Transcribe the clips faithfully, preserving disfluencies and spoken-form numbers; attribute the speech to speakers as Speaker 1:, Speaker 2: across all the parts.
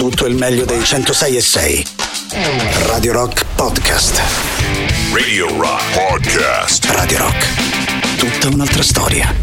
Speaker 1: tutto il meglio dei centosei e sei. Radio Rock Podcast.
Speaker 2: Radio Rock Podcast.
Speaker 1: Radio Rock. Tutta un'altra storia.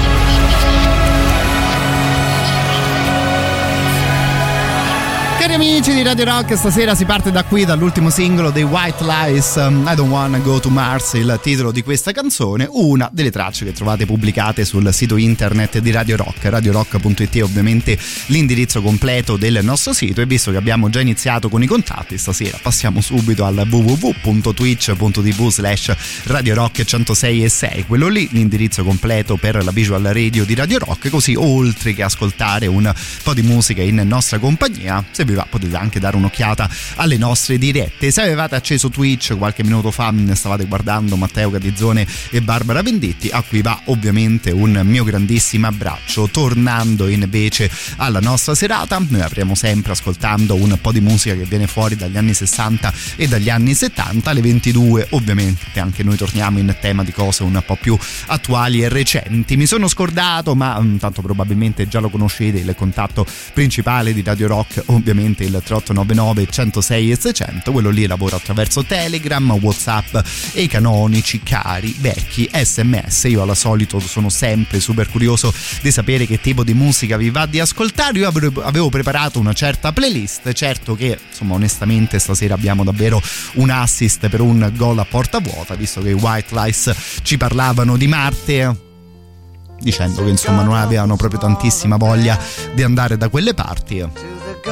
Speaker 3: Cari amici di Radio Rock, stasera si parte da qui, dall'ultimo singolo dei White Lies, um, I Don't Wanna Go to Mars, il titolo di questa canzone, una delle tracce che trovate pubblicate sul sito internet di Radio Rock, radio rock punto it, ovviamente l'indirizzo completo del nostro sito. E visto che abbiamo già iniziato con i contatti, stasera passiamo subito al w w w punto twitch punto t v slash Radio Rock centosei e sei, quello lì l'indirizzo completo per la visual radio di Radio Rock, così oltre che ascoltare un po' di musica in nostra compagnia, se vi va potete anche dare un'occhiata alle nostre dirette. Se avevate acceso Twitch qualche minuto fa, stavate guardando Matteo Catizzone e Barbara Venditti, a cui va ovviamente un mio grandissimo abbraccio. Tornando invece alla nostra serata, noi apriamo sempre ascoltando un po' di musica che viene fuori dagli anni sessanta e dagli anni settanta. Alle ventidue ovviamente anche noi torniamo in tema di cose un po' più attuali e recenti. Mi sono scordato, ma tanto probabilmente già lo conoscete, il contatto principale di Radio Rock ovviamente il tre otto nove nove centosei e seicento, quello lì lavora attraverso Telegram, WhatsApp e i canonici cari vecchi sms. Io al solito sono sempre super curioso di sapere che tipo di musica vi va di ascoltare. Io avevo preparato una certa playlist, certo che insomma onestamente stasera abbiamo davvero un assist per un gol a porta vuota, visto che i White Lies ci parlavano di Marte, dicendo che insomma non avevano proprio tantissima voglia di andare da quelle parti.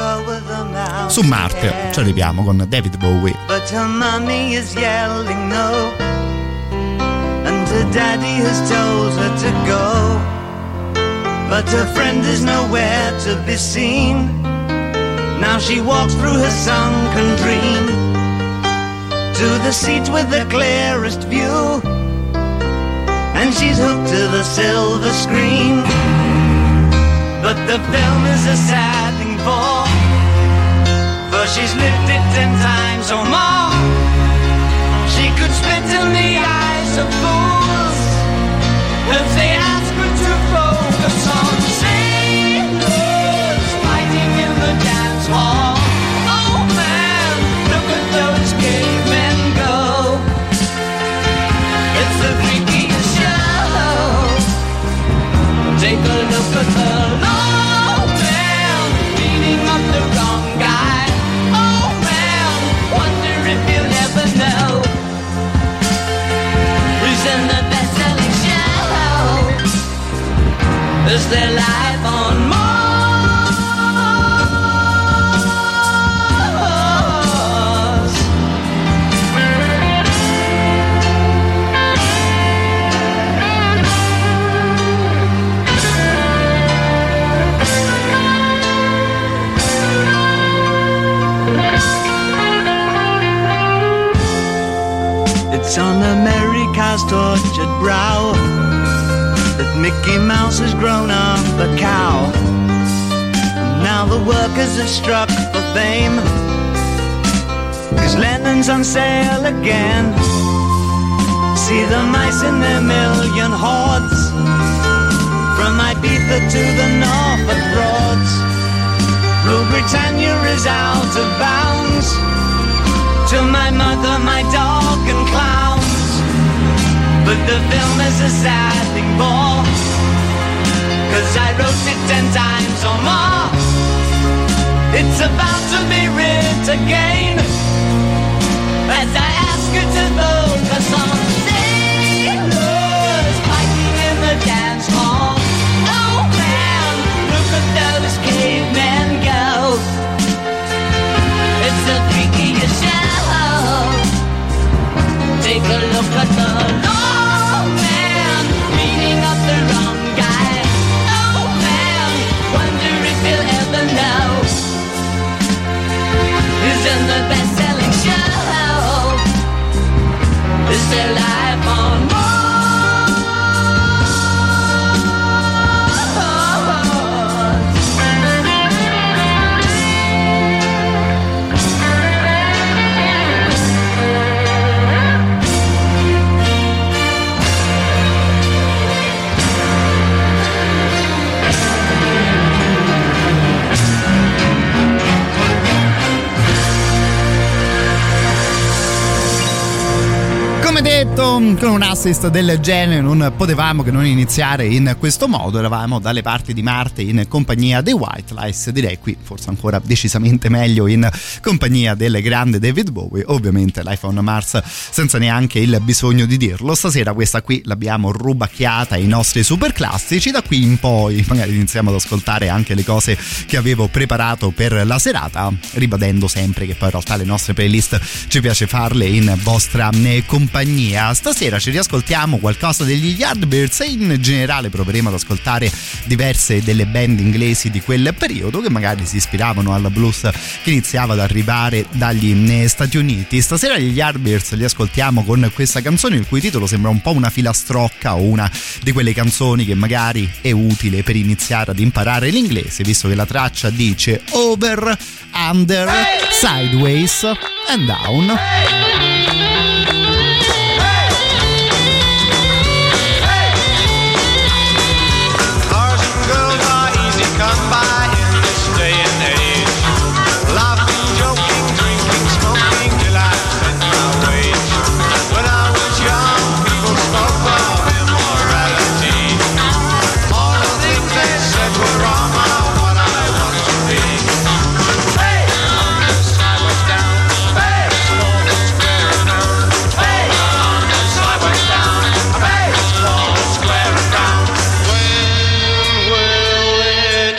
Speaker 3: Su Marte ci arriviamo con David Bowie.
Speaker 4: But her mommy is yelling no, and her daddy has told her to go, but her friend is nowhere to be seen. Now she walks through her sunken dream to the seat with the clearest view, and she's hooked to the silver screen. But the film is a sad thing for, for she's lived it ten times or more. She could spit in the eyes of fools if they ask her to focus on sailors fighting in the dance hall. Oh man, look at those cavemen go. It's the freakiest show. Take a look at the low man beating up the wrong guy. Oh man, wonder if you'll ever know who's in the best-selling show. Is there life on Mars? It's on America's tortured brow that Mickey Mouse has grown up a cow. Now the workers have struck for fame, 'cause Lennon's on sale again. See the mice in their million hordes, from Ibiza to the Norfolk Broads. Rule Britannia is out of bounds, to my mother, my dog and clowns. But the film is a sad thing more, 'cause I wrote it ten times or more. It's about to be writ again, as I ask you to focus on sailors fighting in the dance hall. Oh man, look at those cavemen go. It's the freakiest show. Take a look at the low man beating up the wrong guy. Oh man, wonder if you'll ever know who's in the best-selling show. Is there life on Mars?
Speaker 3: Come detto, con un assist del genere non potevamo che non iniziare in questo modo. Eravamo dalle parti di Marte in compagnia dei White Lies, direi qui forse ancora decisamente meglio in compagnia del grande David Bowie. Ovviamente Life on Mars senza neanche il bisogno di dirlo. Stasera questa qui l'abbiamo rubacchiata ai nostri super classici. Da qui in poi magari iniziamo ad ascoltare anche le cose che avevo preparato per la serata, ribadendo sempre che poi in realtà le nostre playlist ci piace farle in vostra compagnia. Stasera ci riascoltiamo qualcosa degli Yardbirds e in generale proveremo ad ascoltare diverse delle band inglesi di quel periodo che magari si ispiravano al blues che iniziava ad arrivare dagli Stati Uniti. Stasera gli Yardbirds li ascoltiamo con questa canzone il cui titolo sembra un po' una filastrocca o una di quelle canzoni che magari è utile per iniziare ad imparare l'inglese, visto che la traccia dice over, under, sideways and down.
Speaker 5: Come by in this day and age, laughing, joking, drinking, smoking, till I spent my wage. When I was young, people spoke of immorality. All the things they said were wrong, are what I want to be. Hey, under, sideways, down, hey, forward, square and round. Hey, under, sideways, down, hey, forward, square and round. When will it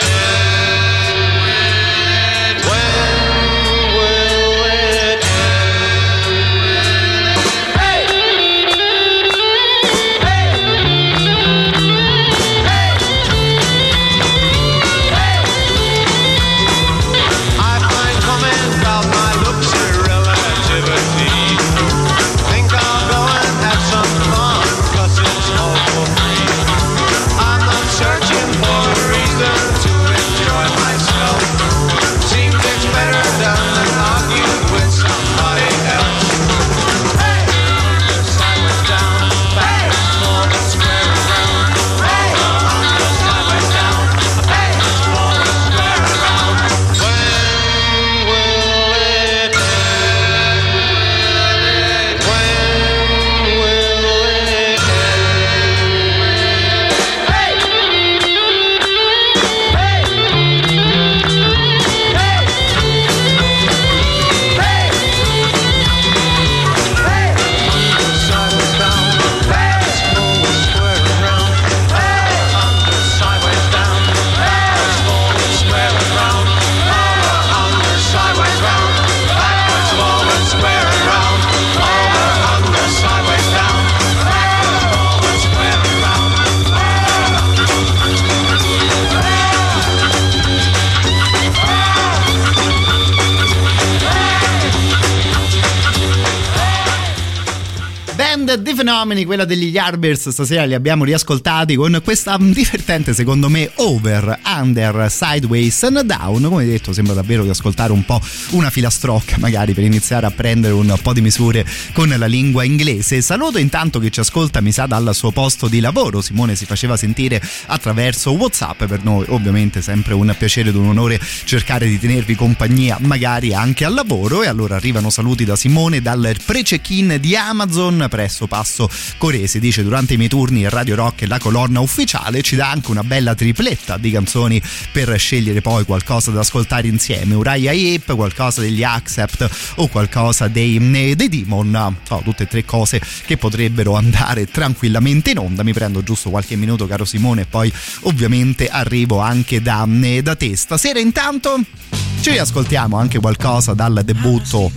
Speaker 3: The Fenomeni, quella degli Yardbirds, stasera li abbiamo riascoltati con questa divertente, secondo me, over, under, sideways and down. Come detto, sembra davvero di ascoltare un po' una filastrocca, magari per iniziare a prendere un po' di misure con la lingua inglese. Saluto intanto chi ci ascolta, mi sa, dal suo posto di lavoro. Simone si faceva sentire attraverso WhatsApp. Per noi ovviamente sempre un piacere ed un onore cercare di tenervi compagnia, magari anche al lavoro. E allora arrivano saluti da Simone dal pre-check-in di Amazon presso Passo Corese. Dice: durante i miei turni Radio Rock è la colonna ufficiale, ci dà anche una bella tripletta di canzoni per scegliere poi qualcosa da ascoltare insieme. Uriah Heep, qualcosa degli Accept o qualcosa dei, dei Demon. So, tutte e tre cose che potrebbero andare tranquillamente in onda. Mi prendo giusto qualche minuto, caro Simone, e poi ovviamente arrivo anche da, da te. Stasera intanto ci riascoltiamo anche qualcosa dal debutto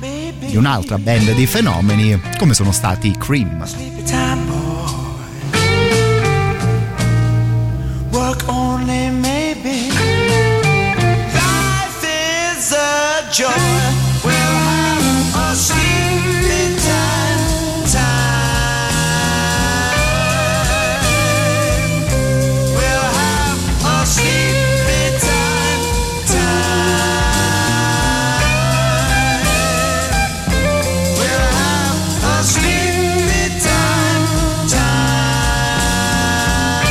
Speaker 3: di un'altra band di fenomeni come sono stati Cream.
Speaker 5: Work only maybe. Life is a joy. We'll have a sleepy time, time. We'll have a sleepy time, time. We'll have a sleepy time, time.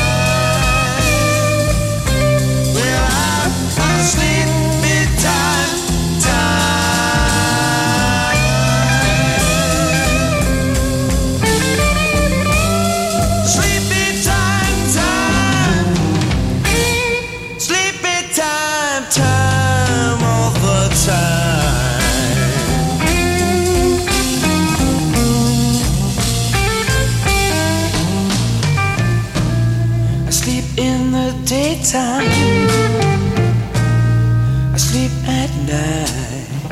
Speaker 5: We'll have a sleepy time, time.
Speaker 4: bedtime. I sleep at night.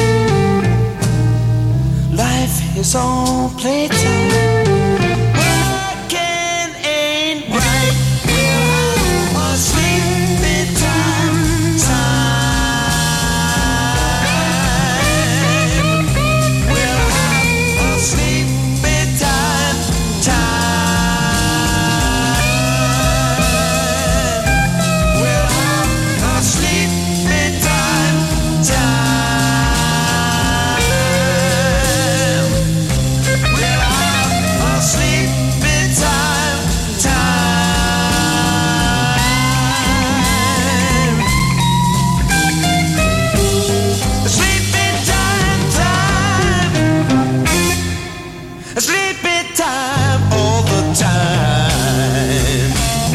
Speaker 4: Life is all playtime. Working ain't right. We'll have a sleepy time. Time. We'll have a sleepy time. Time. We'll have a sleepy time. Time. We'll have a sleepy time. Time. Sleepy time. Time. Sleepy time all the time.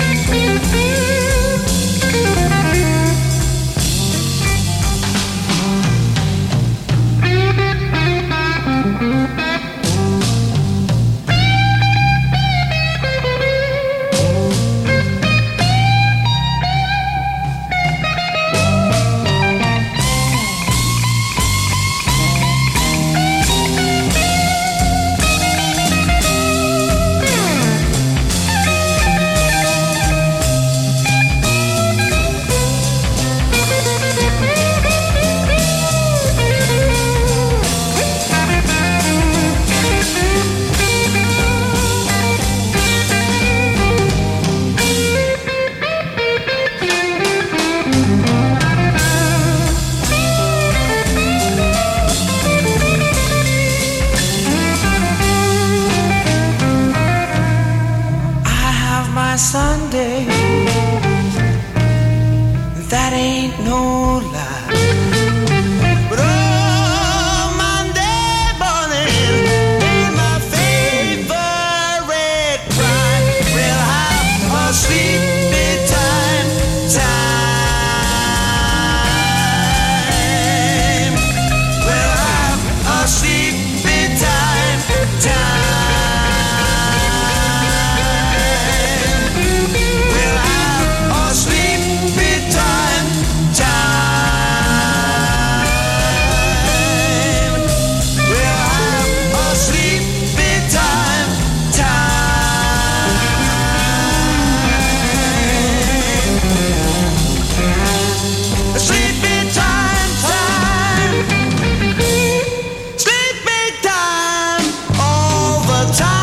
Speaker 4: I have my Sunday. That ain't no lie. But oh, Monday morning is my favorite cry. We'll have a sleepy time. Time. We'll have a sleepy time. Time. We'll have a sleepy time. Time. We'll have a sleepy time. Time. Sleepy time. Time. Sleepy time all the time.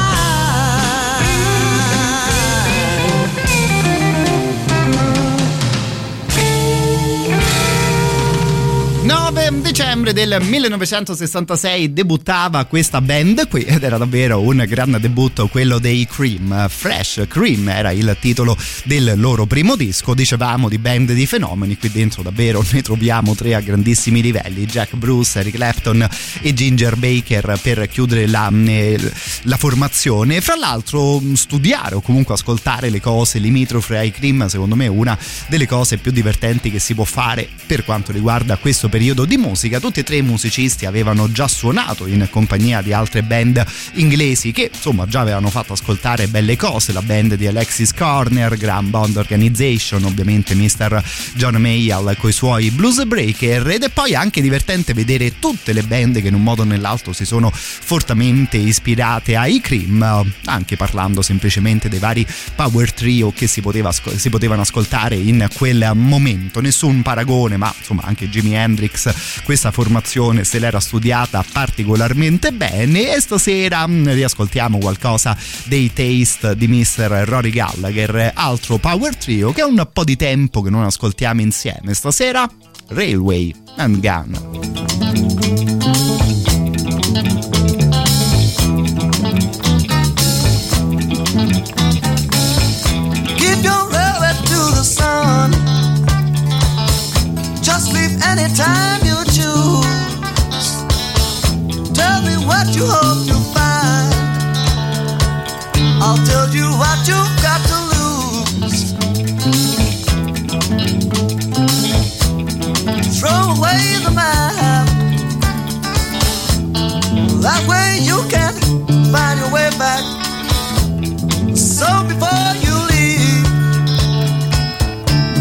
Speaker 3: nove dicembre del millenovecentosessantasei debuttava questa band qui ed era davvero un grande debutto, quello dei Cream. Fresh Cream era il titolo del loro primo disco. Dicevamo di band di fenomeni, qui dentro davvero ne troviamo tre a grandissimi livelli: Jack Bruce, Eric Clapton e Ginger Baker per chiudere la, la formazione. Fra l'altro studiare o comunque ascoltare le cose limitrofe ai Cream, secondo me è una delle cose più divertenti che si può fare per quanto riguarda questo periodo di musica. Tutti e tre i musicisti avevano già suonato in compagnia di altre band inglesi che insomma già avevano fatto ascoltare belle cose: la band di Alexis Corner, Graham Bond Organization, ovviamente mister John Mayall coi suoi Blues Breaker. Ed è poi anche divertente vedere tutte le band che in un modo o nell'altro si sono fortemente ispirate ai Cream, anche parlando semplicemente dei vari power trio che si, poteva, si potevano ascoltare in quel momento. Nessun paragone, ma insomma anche Jimi Hendrix questa formazione se l'era studiata particolarmente bene. E stasera riascoltiamo qualcosa dei Taste di mister Rory Gallagher, altro power trio che è un po' di tempo che non ascoltiamo insieme. Stasera Railway and Gun.
Speaker 4: Keep your railway to the sun. Just leave anytime you choose. Tell me what you hope to find. I'll tell you what you've got to lose. Throw away the map. That way you can find your way back. So before you leave,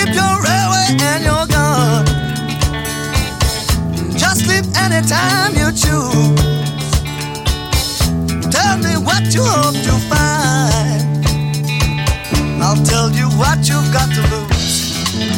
Speaker 4: keep your railway and your gun. Just leave anytime you choose. Tell me what you hope to find. I'll tell you what you've got to lose.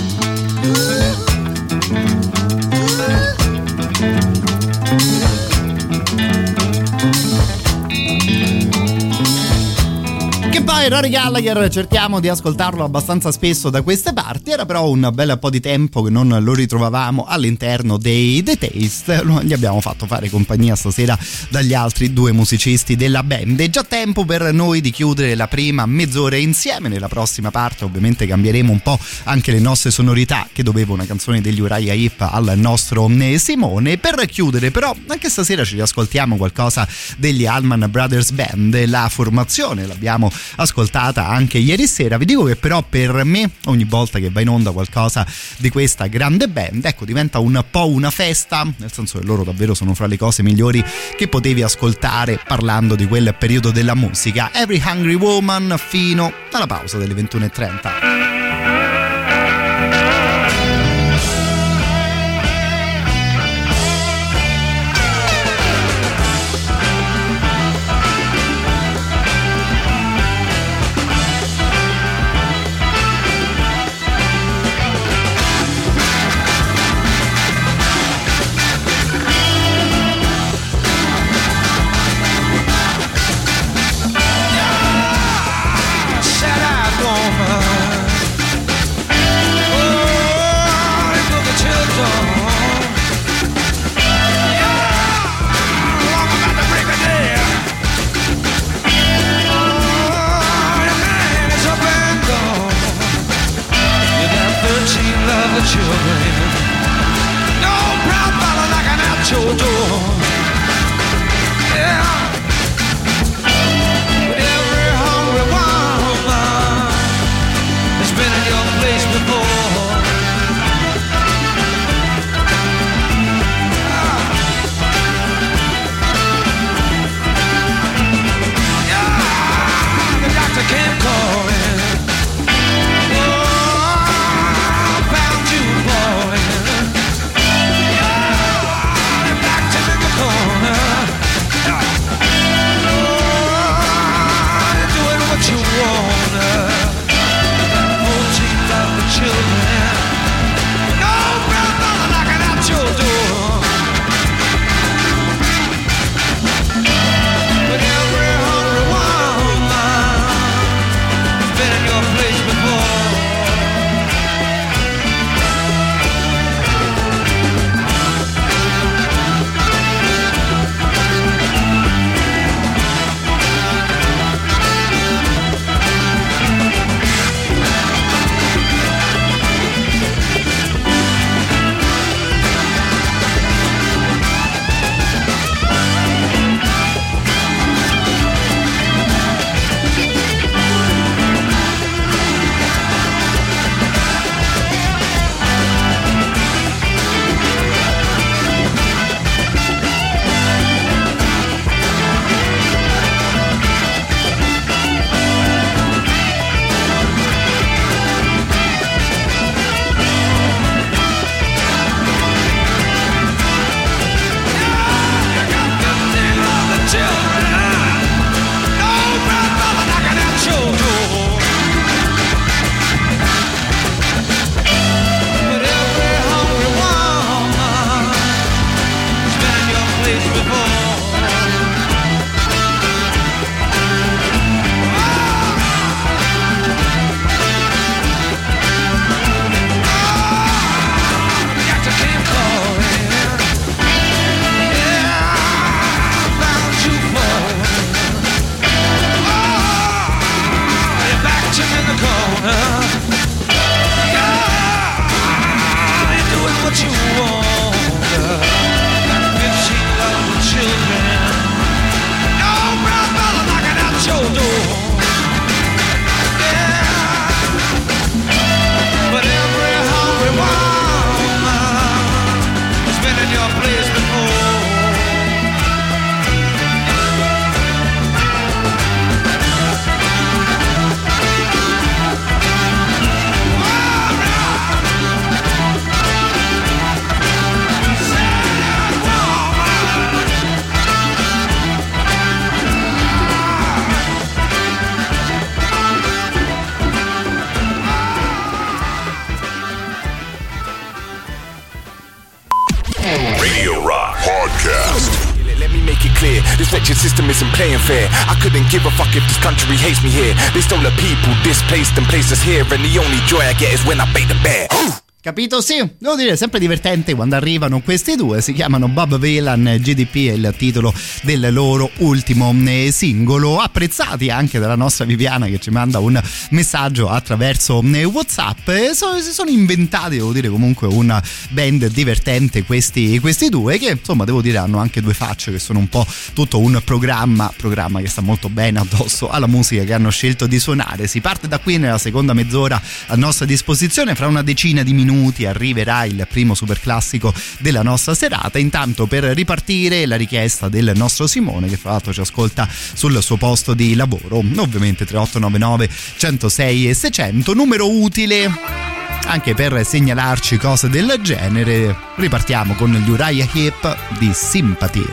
Speaker 3: Che poi Rory Gallagher cerchiamo di ascoltarlo abbastanza spesso da queste parti, era però un bel po' di tempo che non lo ritrovavamo all'interno dei The Taste. Gli abbiamo fatto fare compagnia stasera dagli altri due musicisti della band. È già tempo per noi di chiudere la prima mezz'ora insieme. Nella prossima parte ovviamente cambieremo un po' anche le nostre sonorità, che dovevo una canzone degli Uriah Heep al nostro Simone. Per chiudere però anche stasera ci riascoltiamo qualcosa degli Allman Brothers Band. La formazione l'abbiamo ascoltata anche ieri sera. Vi dico che però per me ogni volta che va in onda qualcosa di questa grande band, ecco, diventa un po' una festa, nel senso che loro davvero sono fra le cose migliori che potevi ascoltare parlando di quel periodo della musica. Every Hungry Woman fino alla pausa delle ventuno e trenta.
Speaker 5: Children, no proud father knocking at your door. Yeah, but every hungry woman has been in your place before. Yeah, the doctor came calling.
Speaker 2: Radio Rock Podcast.
Speaker 6: Let me make it clear, this wretched system isn't playing fair. I couldn't give a fuck if this country hates me here. They stole the people, displaced and placed us here, and the only joy I get is when I bait the bear.
Speaker 3: Capito? Sì, devo dire, sempre divertente quando arrivano questi due. Si chiamano Bob Vylan, G D P è il titolo del loro ultimo singolo, apprezzati anche dalla nostra Viviana che ci manda un messaggio attraverso WhatsApp. So, si sono inventati, devo dire, comunque una band divertente questi, questi due, che insomma devo dire hanno anche due facce, che sono un po' tutto un programma programma che sta molto bene addosso alla musica che hanno scelto di suonare. Si parte da qui nella seconda mezz'ora a nostra disposizione. Fra una decina di minuti arriverà il primo super classico della nostra serata. Intanto, per ripartire, la richiesta del nostro Simone, che fra l'altro ci ascolta sul suo posto di lavoro, ovviamente tre otto nove nove uno zero sei e seicento, numero utile anche per segnalarci cose del genere. Ripartiamo con gli Uriah Heep di Sympathy.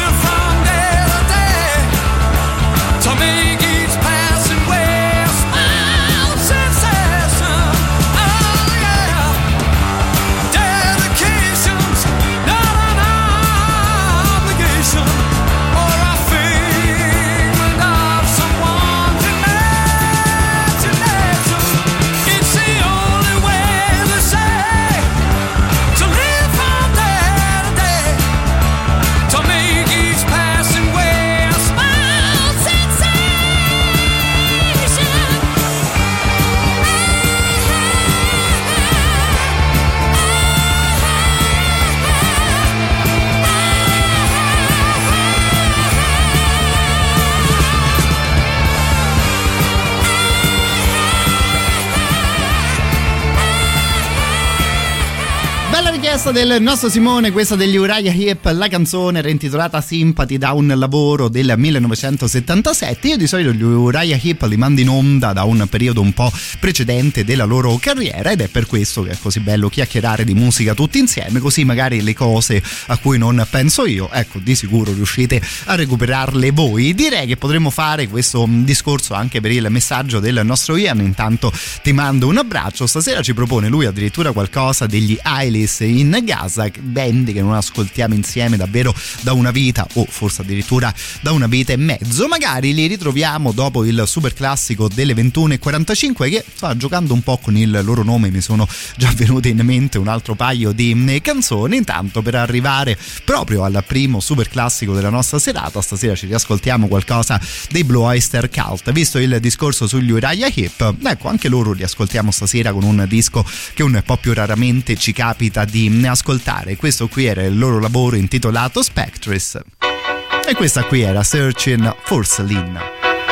Speaker 7: Make each passing way a smile.
Speaker 3: richiesta del nostro Simone, questa degli Uriah Heep. La canzone era intitolata Sympathy, da un lavoro del millenovecentosettantasette. Io di solito gli Uriah Heep li mando in onda da un periodo un po' precedente della loro carriera, ed è per questo che è così bello chiacchierare di musica tutti insieme, così magari le cose a cui non penso io, ecco, di sicuro riuscite a recuperarle voi. Direi che potremmo fare questo discorso anche per il messaggio del nostro Ian. Intanto ti mando un abbraccio. Stasera ci propone lui addirittura qualcosa degli Eyeless in Gaza, band che non ascoltiamo insieme davvero da una vita, o forse addirittura da una vita e mezzo. Magari li ritroviamo dopo il super classico delle ventuno e quarantacinque, che sta giocando un po' con il loro nome, mi sono già venute in mente un altro paio di canzoni. Intanto, per arrivare proprio al primo super classico della nostra serata, stasera ci riascoltiamo qualcosa dei Blue Oyster Cult. Visto il discorso sugli Uriah Heep, ecco, anche loro li ascoltiamo stasera con un disco che un po' più raramente ci capita di ascoltare. Questo qui era il loro lavoro intitolato Spectres, e questa qui era Searching for Celine.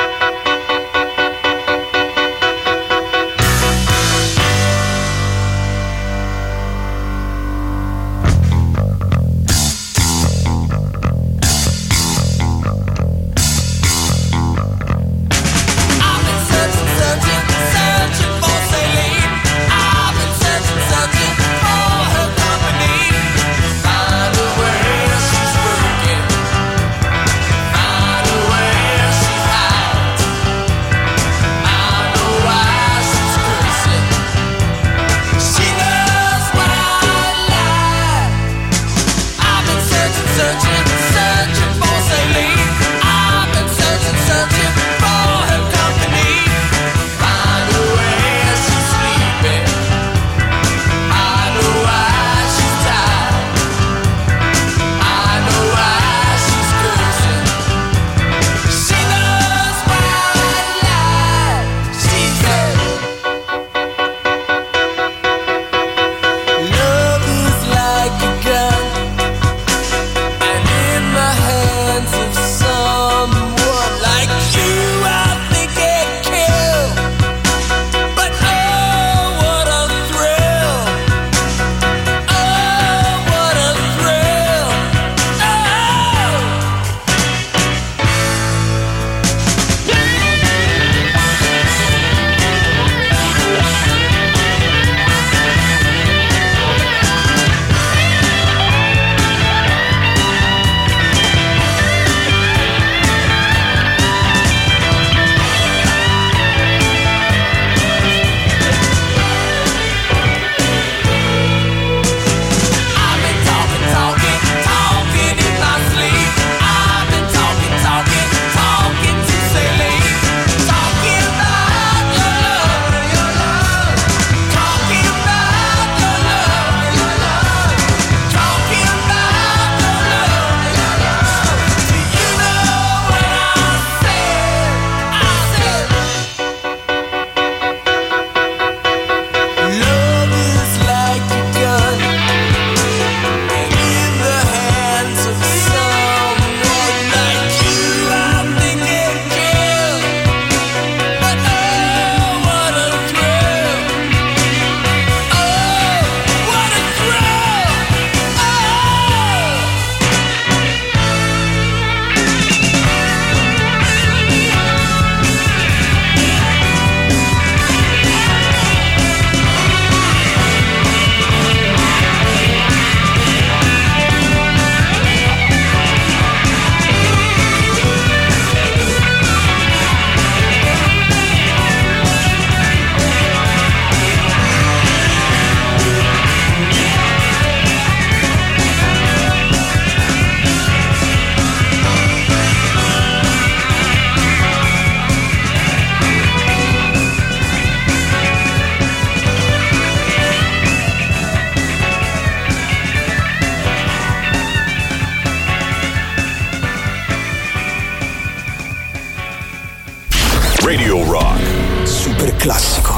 Speaker 2: Radio Rock.
Speaker 1: Super classico.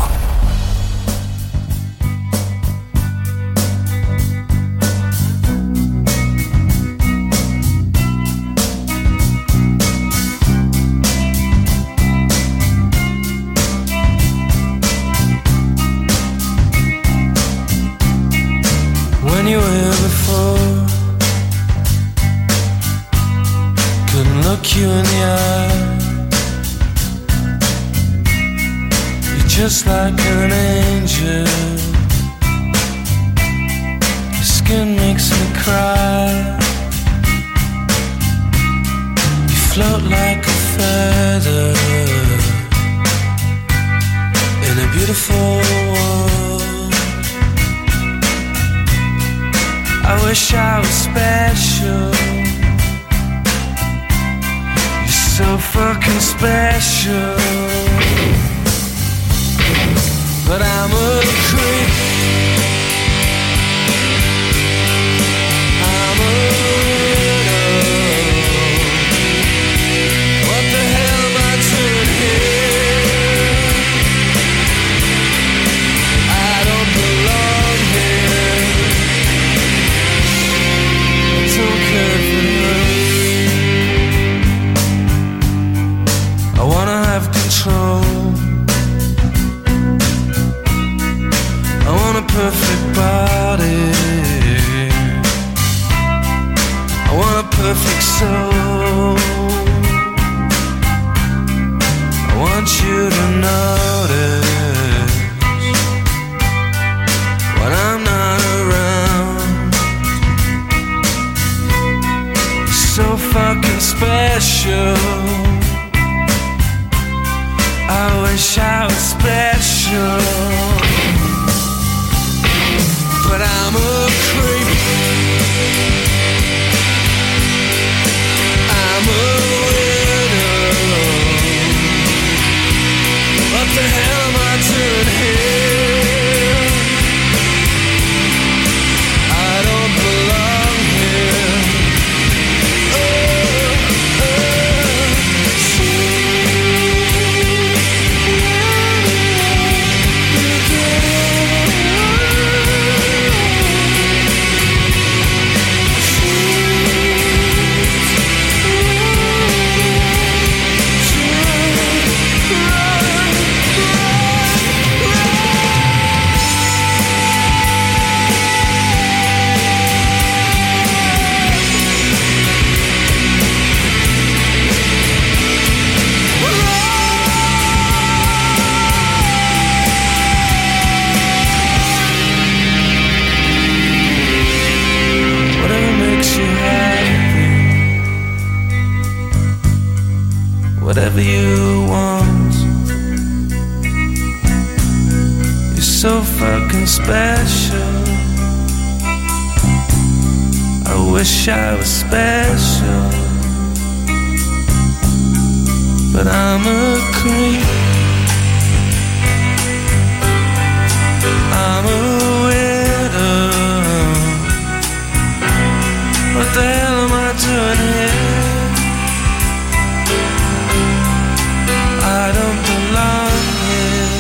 Speaker 7: When anywhere before. Couldn't look you in the eye. You're just like an angel. Your skin makes me cry. You float like a feather in a beautiful world. I wish I was special. You're so fucking special. But I'm a creep. I'm a widow. What the hell am I doing here? I don't belong here. I don't care for her. I wanna have control. I want a perfect body. I want a perfect soul. I want you to notice when I'm not around. You're so fucking special. I wish I was special. But I'm a creep. I'm a widow. What the hell am I doing here? I don't belong here. Oh, oh, whatever you want. You're so fucking special. I wish I was special. But I'm a creep. I'm a widow. What the hell am I doing here? I don't belong here.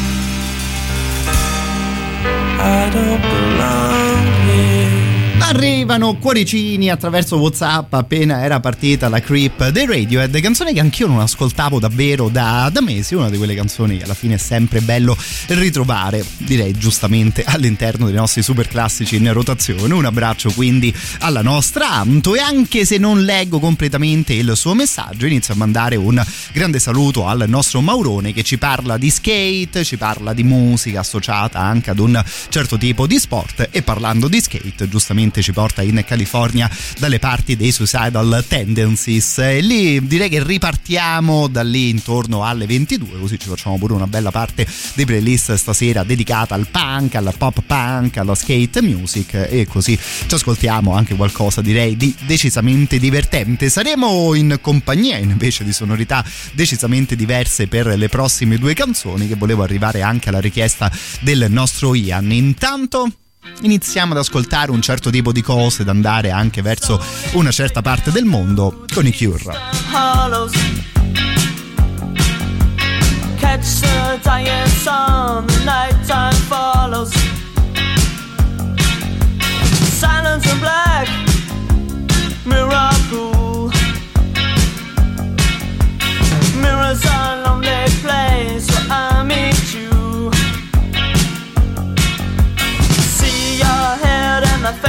Speaker 7: I don't belong here.
Speaker 3: Arrivano cuoricini attraverso WhatsApp appena era partita la Creep dei Radiohead, canzone che anch'io non ascoltavo davvero da, da mesi, una di quelle canzoni che alla fine è sempre bello ritrovare, direi giustamente, all'interno dei nostri super classici in rotazione. Un abbraccio quindi alla nostra Anto, e anche se non leggo completamente il suo messaggio, inizio a mandare un grande saluto al nostro Maurone, che ci parla di skate, ci parla di musica associata anche ad un certo tipo di sport, e parlando di skate giustamente ci porta in California dalle parti dei Suicidal Tendencies, e lì direi che ripartiamo da lì intorno alle ventidue, così ci facciamo pure una bella parte di playlist stasera dedicata al punk, al pop punk, alla skate music, e così ci ascoltiamo anche qualcosa direi di decisamente divertente. Saremo in compagnia invece di sonorità decisamente diverse per le prossime due canzoni, che volevo arrivare anche alla richiesta del nostro Ian. Intanto iniziamo ad ascoltare un certo tipo di cose, ad andare anche verso una certa parte del mondo con i Cure.
Speaker 8: Catch the dying sun, the nighttime follows. Silence and black, miracle. Mirrors are a lonely place where I meet you. See your head and I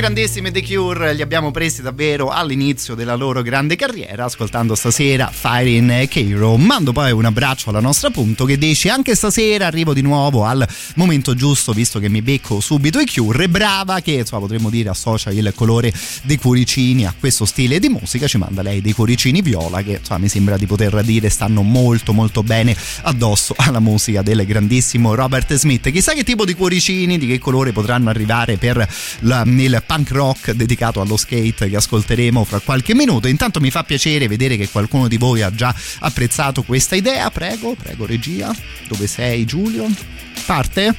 Speaker 3: grandissimi The Cure li abbiamo presi davvero all'inizio della loro grande carriera, ascoltando stasera Fire in Cairo. Mando poi un abbraccio alla nostra Punto che dice: anche stasera arrivo di nuovo al momento giusto, visto che mi becco subito i Cure. Brava, che insomma potremmo dire associa il colore dei cuoricini a questo stile di musica. Ci manda lei dei cuoricini viola che insomma mi sembra di poter dire stanno molto molto bene addosso alla musica del grandissimo Robert Smith. Chissà che tipo di cuoricini, di che colore potranno arrivare per la, il punk rock dedicato allo skate che ascolteremo fra qualche minuto. Intanto mi fa piacere vedere che qualcuno di voi ha già apprezzato questa idea. Prego, prego regia. Dove sei, Giulio? Parte?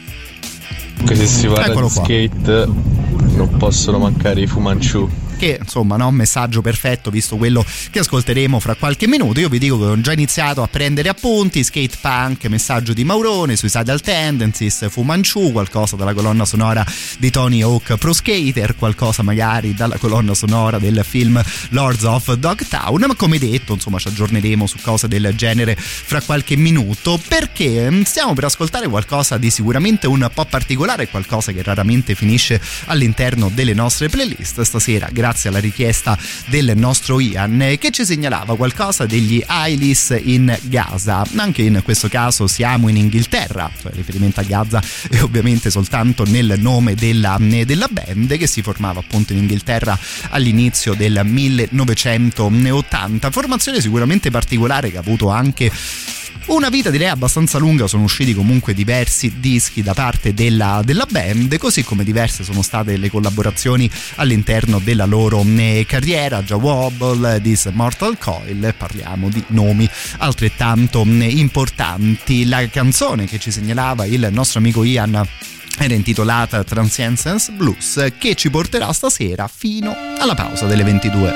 Speaker 9: Che se si parla
Speaker 3: Eccolo
Speaker 9: di
Speaker 3: qua.
Speaker 9: skate non possono mancare i Fu Manchu.
Speaker 3: Che insomma, no, messaggio perfetto visto quello che ascolteremo fra qualche minuto. Io vi dico che ho già iniziato a prendere appunti. Skate punk, messaggio di Maurone, Suicidal Tendencies, Fu Manchu, qualcosa dalla colonna sonora di Tony Hawk Pro Skater, qualcosa magari dalla colonna sonora del film Lords of Dogtown. Ma come detto, insomma, ci aggiorneremo su cose del genere fra qualche minuto, perché stiamo per ascoltare qualcosa di sicuramente un po' particolare, qualcosa che raramente finisce all'interno delle nostre playlist. Stasera, grazie alla richiesta del nostro Ian, che ci segnalava qualcosa degli Eyeless in Gaza. Anche in questo caso siamo in Inghilterra, cioè riferimento a Gaza e ovviamente soltanto nel nome della, della band, che si formava appunto in Inghilterra all'inizio del millenovecentottanta. Formazione sicuramente particolare che ha avuto anche una vita direi abbastanza lunga. Sono usciti comunque diversi dischi da parte della, della band, così come diverse sono state le collaborazioni all'interno della loro eh, carriera. Già Wobble, This Mortal Coil, parliamo di nomi altrettanto eh, importanti. La canzone che ci segnalava il nostro amico Ian era intitolata Transience Blues, che ci porterà stasera fino alla pausa delle ventidue.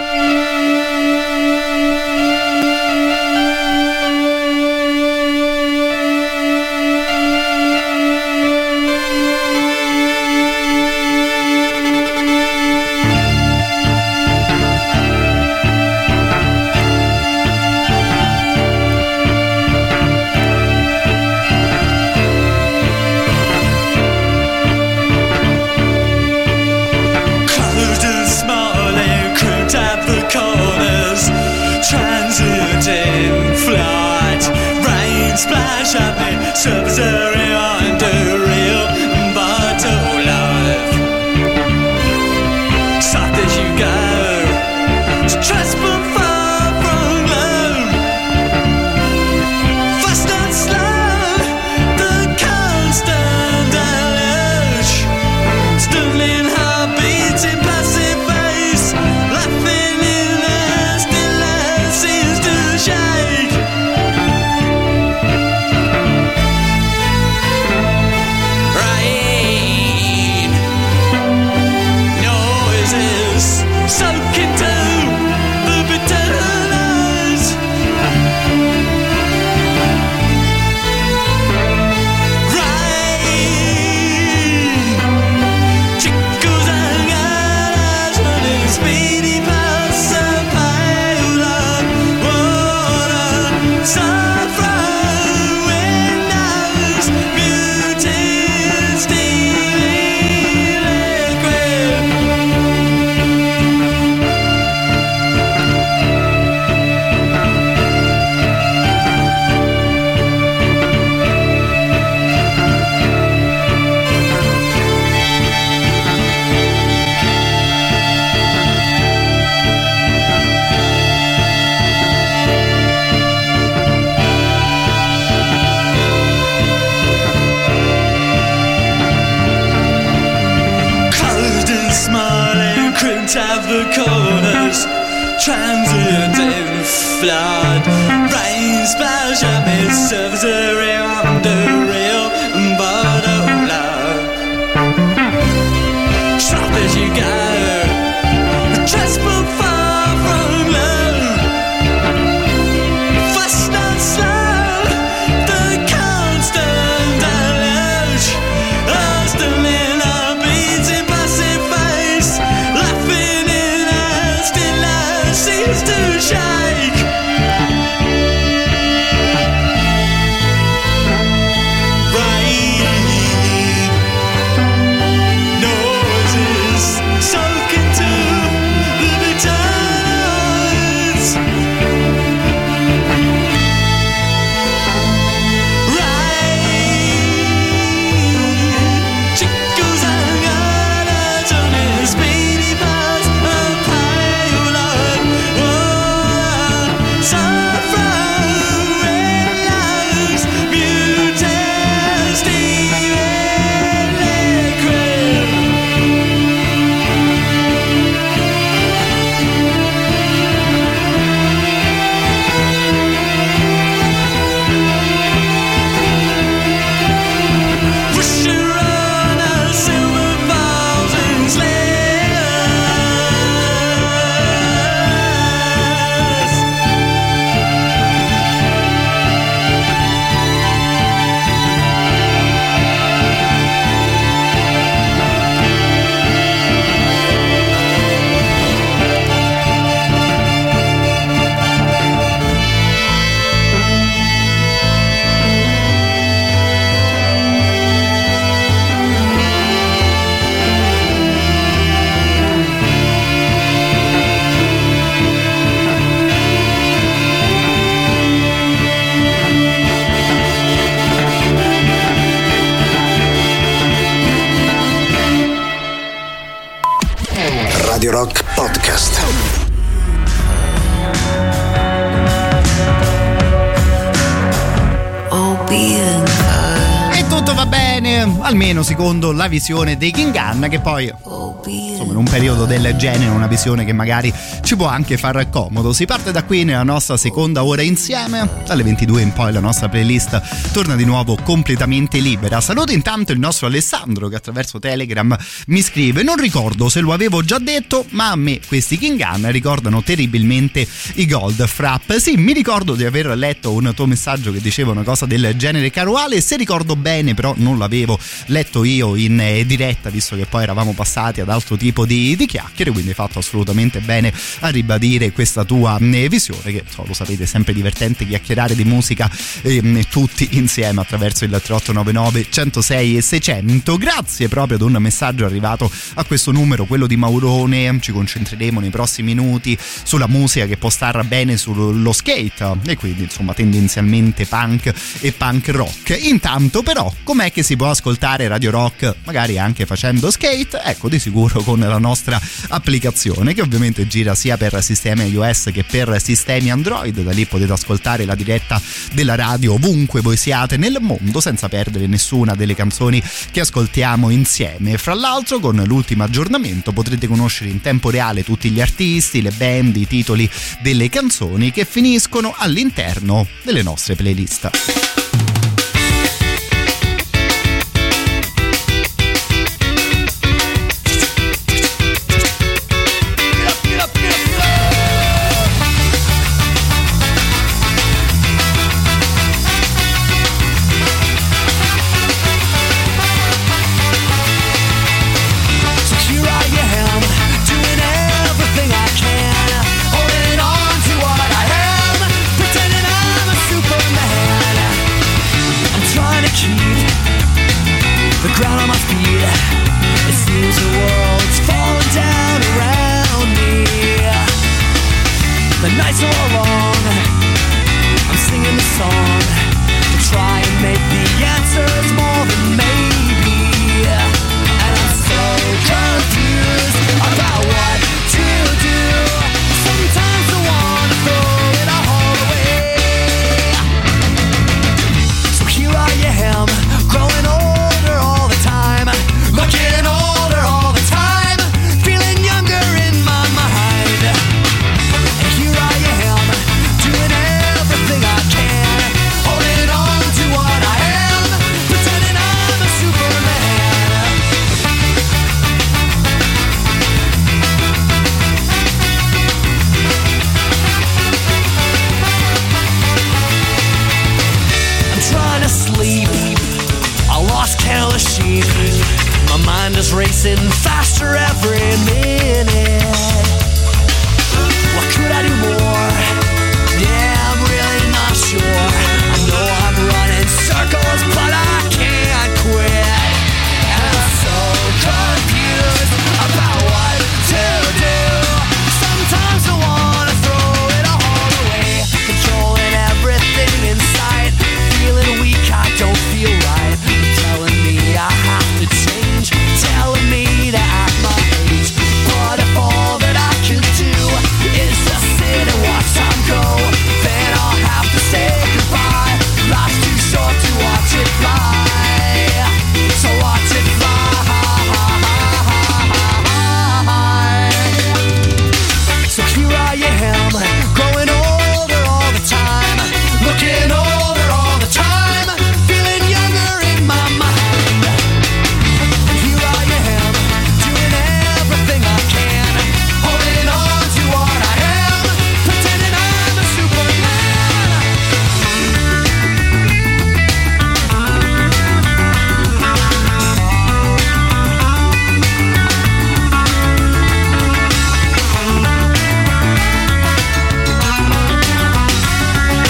Speaker 7: Splash at me, subsidiary under real bottle life. Soft as you go, stressful far from home. Fast and slow, the constant deluge. Stunning heartbeats in passive face, laughing in the stillness seems to shake. Soaking to the bitter lies. Rain trickles and gutters running speedy past the pale of water. Soft windows, muted steely liquid. Have the corners, transient in flood. Rain splash at me, surface under real bottle love. Soft as you go, just but far from love. Fast and slow, the constant deluge. Lost in our beats in passive face, laughing in a stillness seems to shake.
Speaker 1: Radio Rock Podcast.
Speaker 3: E tutto va bene, almeno secondo la visione dei King Gun, che poi insomma in un periodo del genere una visione che magari ci può anche far comodo. Si parte da qui nella nostra seconda ora insieme, dalle ventidue in poi la nostra playlist torna di nuovo completamente libera. Saluto intanto il nostro Alessandro che attraverso Telegram mi scrive: non ricordo se lo avevo già detto, ma a me questi King Gun ricordano terribilmente i Goldfrapp. Sì, mi ricordo di aver letto un tuo messaggio che diceva una cosa del genere, caro Ale, se ricordo bene, però non l'avevo letto io in diretta, visto che poi eravamo passati ad altro tipo di, di chiacchiere, quindi hai fatto assolutamente bene a ribadire questa tua visione, che so, lo sapete, è sempre divertente chiacchierare di musica eh, tutti insieme attraverso il tre otto nove nove uno zero sei e seicento. Grazie proprio ad un messaggio arrivato a questo numero, quello di Maurone. Ci concentreremo nei prossimi minuti sulla musica che può star bene sullo skate e quindi insomma tendenzialmente punk e punk rock. Intanto però com'è che si può ascoltare Radio Rock magari anche facendo skate? Ecco, di sicuro con la nostra applicazione, che ovviamente gira sia per sistemi iOS che per sistemi Android. Da lì potete ascoltare la diretta della radio ovunque voi siate nel mondo senza perdere nessuna delle canzoni che ascoltiamo insieme. Fra l'altro con l'ultimo aggiornamento potrete conoscere in tempo reale tutti gli artisti, le band, i titoli delle canzoni che finiscono all'interno delle nostre playlist.
Speaker 7: Ground on my feet, it seems the world's falling down around me. The nights are long, I'm singing the song to try and make the answers more than maybe. And I'm so confused about what to do. Sometimes I wanna throw it all away. So here I am, growing old, looking older all the time, feeling younger in my mind. And here I am, doing everything I can, holding on to what I am, pretending I'm a Superman. I'm trying to sleep, I lost count of sheep. My mind is racing faster every minute. What could I do more? Yeah, I'm really not sure. I know I'm running circles, but I can't quit. And I'm so confused about what to do. Sometimes I wanna throw it all away, controlling everything in sight, feeling weak, I don't feel right. You're telling me I have to change, telling me to act my age. But if all that I can do is just sit and watch time go, then I'll have to say goodbye. Life's too short to watch it fly, so watch it fly. So here I am, growing older all the time, looking older all the time, feeling younger in my mind. And here I am, doing everything I can, holding on to what I am, pretending I'm a Superman.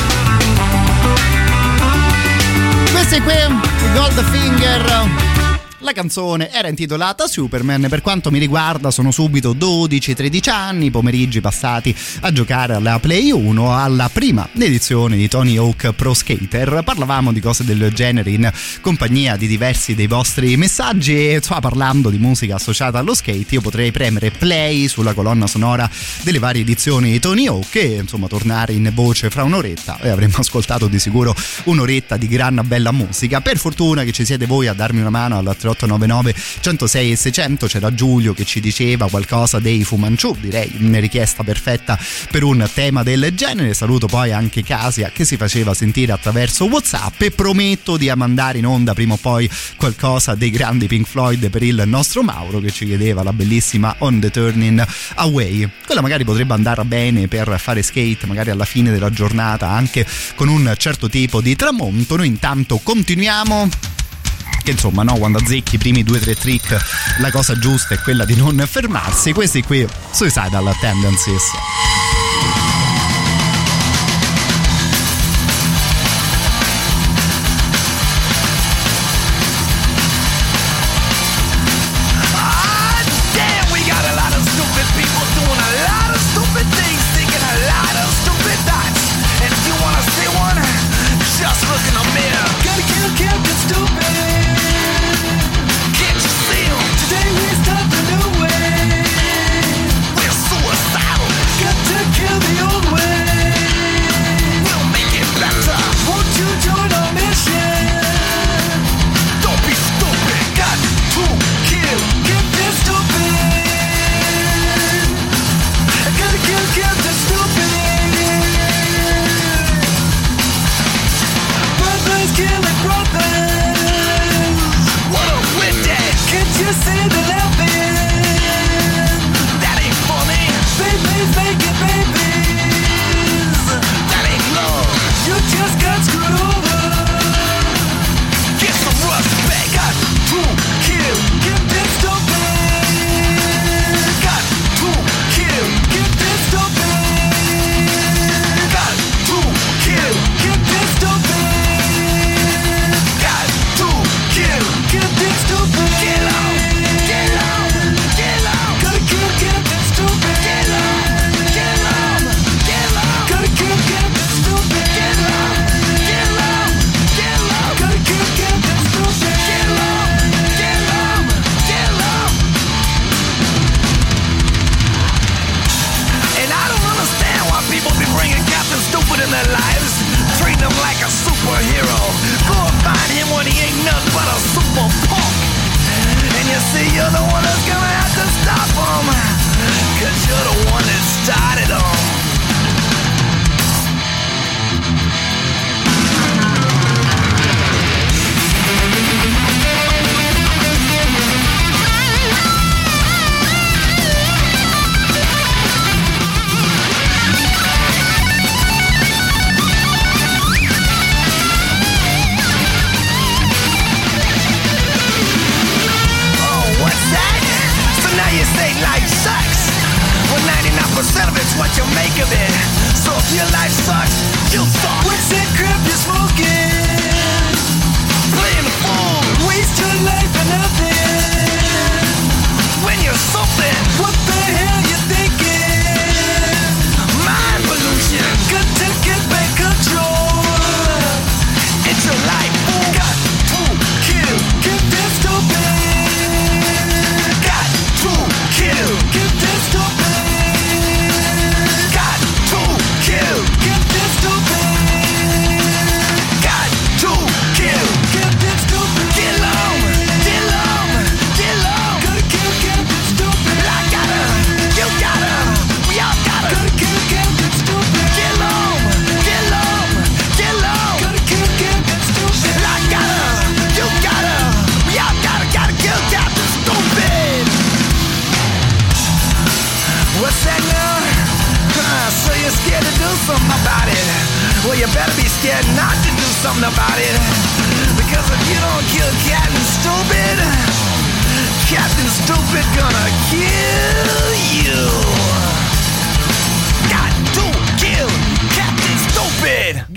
Speaker 3: Questi qui, i Goldfinger, La canzone era intitolata Superman. Per quanto mi riguarda sono subito dodici tredici anni, pomeriggi passati a giocare alla Play uno alla prima edizione di Tony Hawk Pro Skater. Parlavamo di cose del genere in compagnia di diversi dei vostri messaggi e insomma, parlando di musica associata allo skate, io potrei premere play sulla colonna sonora delle varie edizioni di Tony Hawk e insomma tornare in voce fra un'oretta e avremmo ascoltato di sicuro un'oretta di gran bella musica. Per fortuna che ci siete voi a darmi una mano al tre otto nove nove centosei e seicento. C'era Giulio che ci diceva qualcosa dei Fu Manchu, direi una richiesta perfetta per un tema del genere. Saluto poi anche Casia che si faceva sentire attraverso WhatsApp e prometto di mandare in onda prima o poi qualcosa dei grandi Pink Floyd per il nostro Mauro che ci chiedeva la bellissima On the Turning Away. Quella magari potrebbe andare bene per fare skate magari alla fine della giornata anche con un certo tipo di tramonto. Noi intanto continuiamo, che insomma no, quando azzecchi i primi due o tre trick la cosa giusta è quella di non fermarsi. Questi qui Suicidal Tendencies.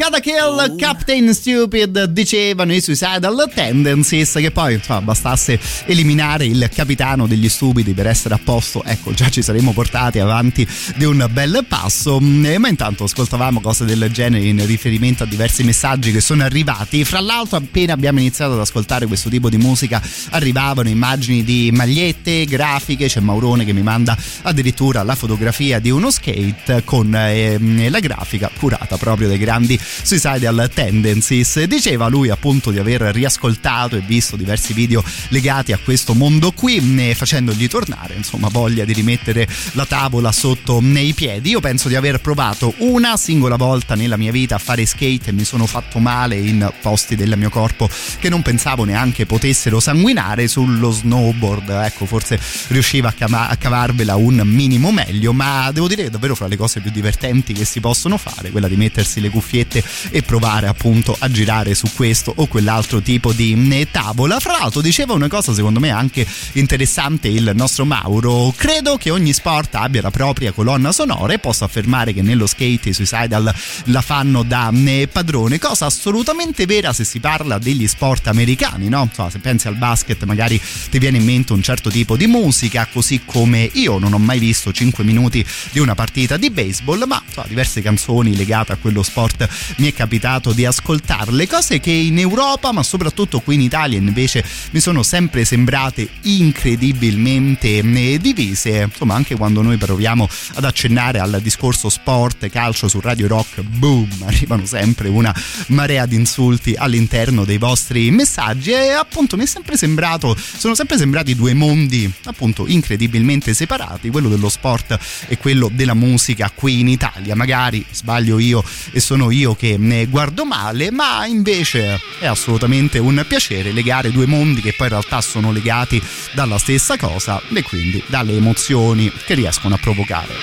Speaker 3: Gotta Kill Captain Stupid, dicevano i Suicidal Tendencies, che poi insomma bastasse eliminare il capitano degli stupidi per essere a posto, ecco già ci saremmo portati avanti di un bel passo. Eh, ma intanto ascoltavamo cose del genere in riferimento a diversi messaggi che sono arrivati. Fra l'altro appena abbiamo iniziato ad ascoltare questo tipo di musica arrivavano immagini di magliette, grafiche, c'è Maurone che mi manda addirittura la fotografia di uno skate con eh, la grafica curata proprio dai grandi Suicidal Tendencies. Diceva lui appunto di aver riascoltato e visto diversi video legati a questo mondo qui, facendogli tornare insomma voglia di rimettere la tavola sotto nei piedi. Io penso di aver provato una singola volta nella mia vita a fare skate e mi sono fatto male in posti del mio corpo che non pensavo neanche potessero sanguinare. Sullo snowboard ecco forse riusciva a, cava- a cavarvela un minimo meglio, ma devo dire che davvero fra le cose più divertenti che si possono fare quella di mettersi le cuffiette e provare appunto a girare su questo o quell'altro tipo di tavola. Fra l'altro diceva una cosa secondo me anche interessante il nostro Mauro: credo che ogni sport abbia la propria colonna sonora e posso affermare che nello skate i Suicidal la fanno da padrone, cosa assolutamente vera se si parla degli sport americani, no? Insomma, se pensi al basket magari ti viene in mente un certo tipo di musica, così come io non ho mai visto cinque minuti di una partita di baseball, ma insomma, diverse canzoni legate a quello sport mi è capitato di ascoltarle, cose che in Europa ma soprattutto qui in Italia invece mi sono sempre sembrate incredibilmente divise. Insomma, anche quando noi proviamo ad accennare al discorso sport, calcio su Radio Rock, boom, arrivano sempre una marea di insulti all'interno dei vostri messaggi e appunto mi è sempre sembrato, sono sempre sembrati due mondi appunto incredibilmente separati, quello dello sport e quello della musica qui in Italia. Magari sbaglio io e sono io che ne guardo male, ma invece è assolutamente un piacere legare due mondi che poi in realtà sono legati dalla stessa cosa e quindi dalle emozioni che riescono a provocare.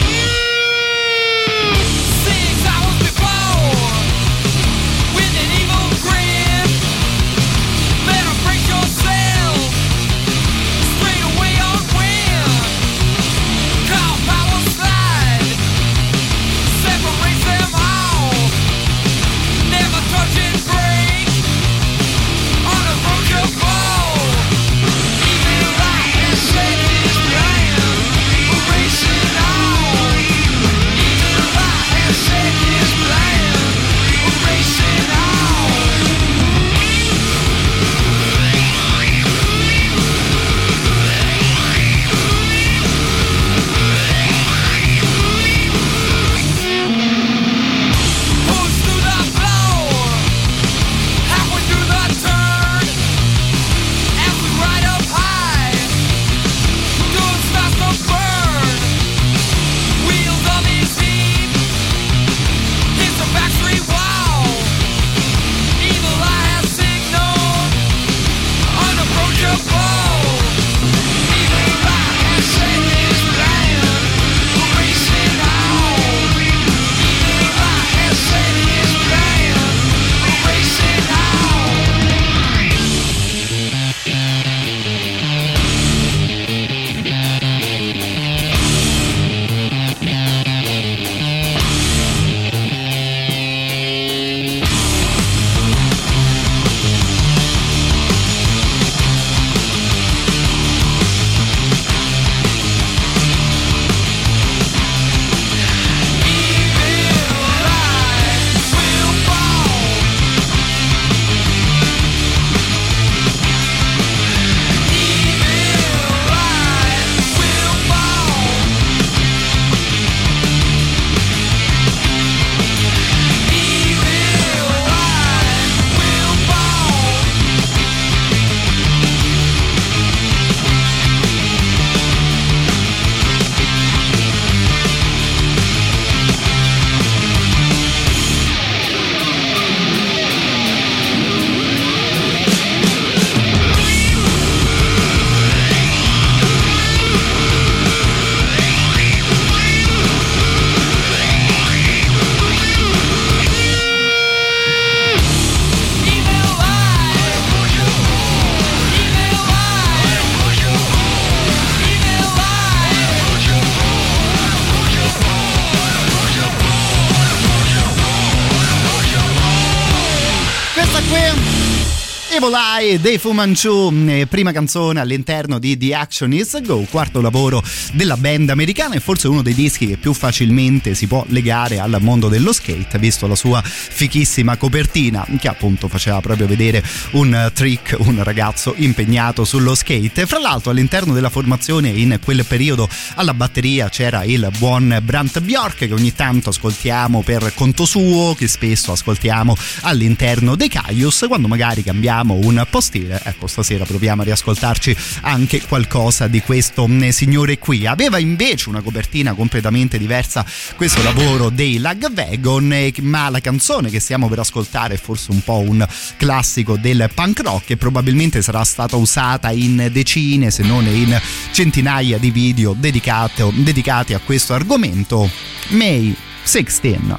Speaker 10: Six hours before, with an evil
Speaker 3: Evil Eye dei Fu Manchu, prima canzone all'interno di The Action Is Go, quarto lavoro della band americana e forse uno dei dischi che più facilmente si può legare al mondo dello skate, visto la sua fichissima copertina che appunto faceva proprio vedere un trick, un ragazzo impegnato sullo skate. Fra l'altro all'interno della formazione in quel periodo alla batteria c'era il buon Brant Bjork, che ogni tanto ascoltiamo per conto suo, che spesso ascoltiamo all'interno dei Caius quando magari cambiamo un po' stile. Ecco, stasera proviamo a riascoltarci anche qualcosa di questo signore qui. Aveva invece una copertina completamente diversa questo lavoro dei Lagwagon, ma la canzone che stiamo per ascoltare è forse un po' un classico del punk rock e probabilmente sarà stata usata in decine se non in centinaia di video dedicato, dedicati a questo argomento. May sixteen.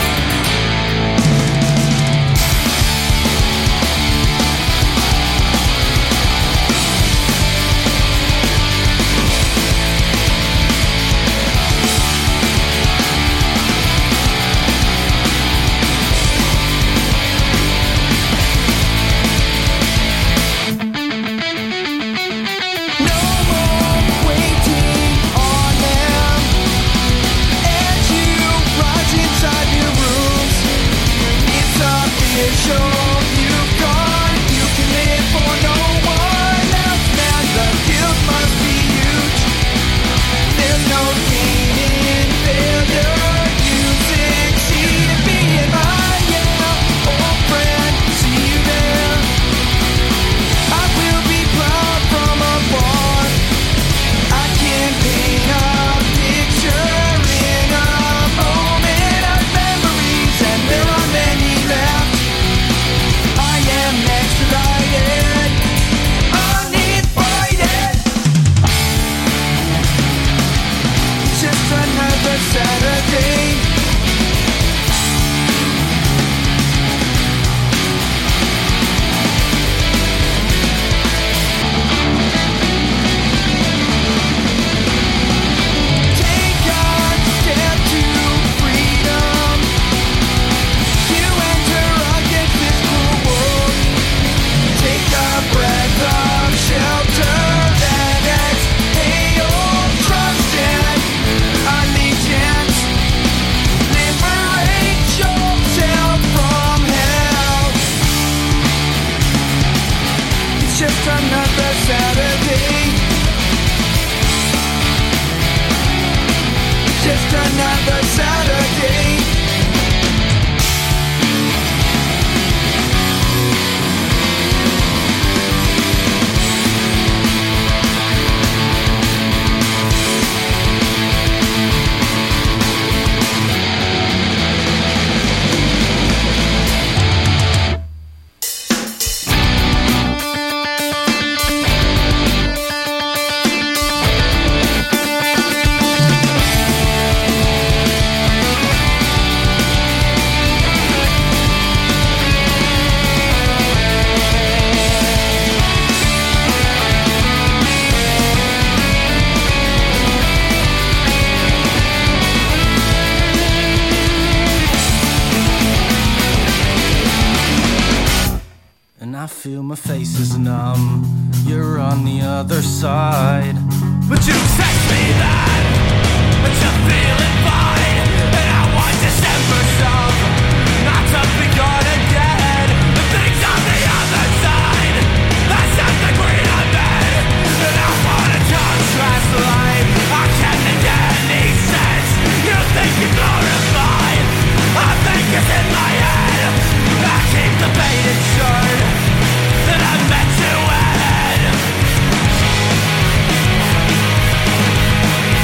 Speaker 10: feel my face is numb. You're on the other side, but you text me that, but you're feeling fine. And I want December stuff, not to be gone again. The things on the other side, that's not the green on bed. And I wanna contrast life, I can't make any sense. You think you're glorified, I think it's in my head. I keep the baited shirt that I meant to end.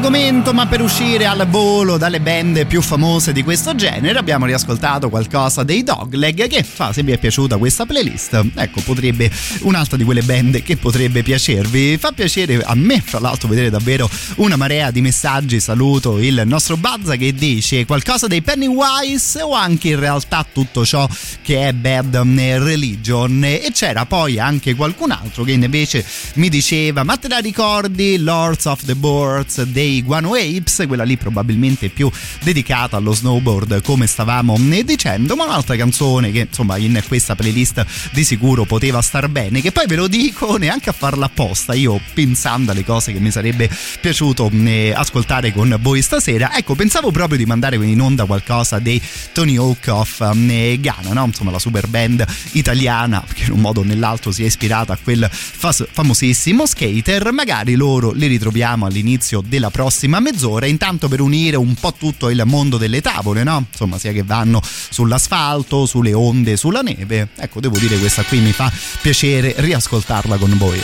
Speaker 3: argomento, ma per uscire al volo dalle band più famose di questo genere abbiamo riascoltato qualcosa dei Dogleg, che fa, se vi è piaciuta questa playlist, ecco, potrebbe un'altra di quelle band che potrebbe piacervi. Fa piacere a me, fra l'altro, vedere davvero una marea di messaggi. Saluto il nostro Bazza che dice qualcosa dei Pennywise o anche in realtà tutto ciò che è Bad Religion, e c'era poi anche qualcun altro che invece mi diceva ma te la ricordi Lords of the Boards dei Guano Apes, quella lì probabilmente più dedicata allo snowboard come stavamo dicendo, ma un'altra canzone che insomma in questa playlist di sicuro poteva star bene, che poi ve lo dico neanche a farla apposta, io pensando alle cose che mi sarebbe piaciuto eh, ascoltare con voi stasera, ecco, pensavo proprio di mandare in onda qualcosa dei Tony Hawk of eh, Ghana, no? Insomma la super band italiana che in un modo o nell'altro si è ispirata a quel fas- famosissimo skater. Magari loro li ritroviamo all'inizio della prossima mezz'ora, intanto per unire un po' tutto il mondo delle tavole, no? Insomma, sia che vanno sull'asfalto, sulle onde, sulla neve, ecco, devo dire questa qui mi fa piacere riascoltarla con voi.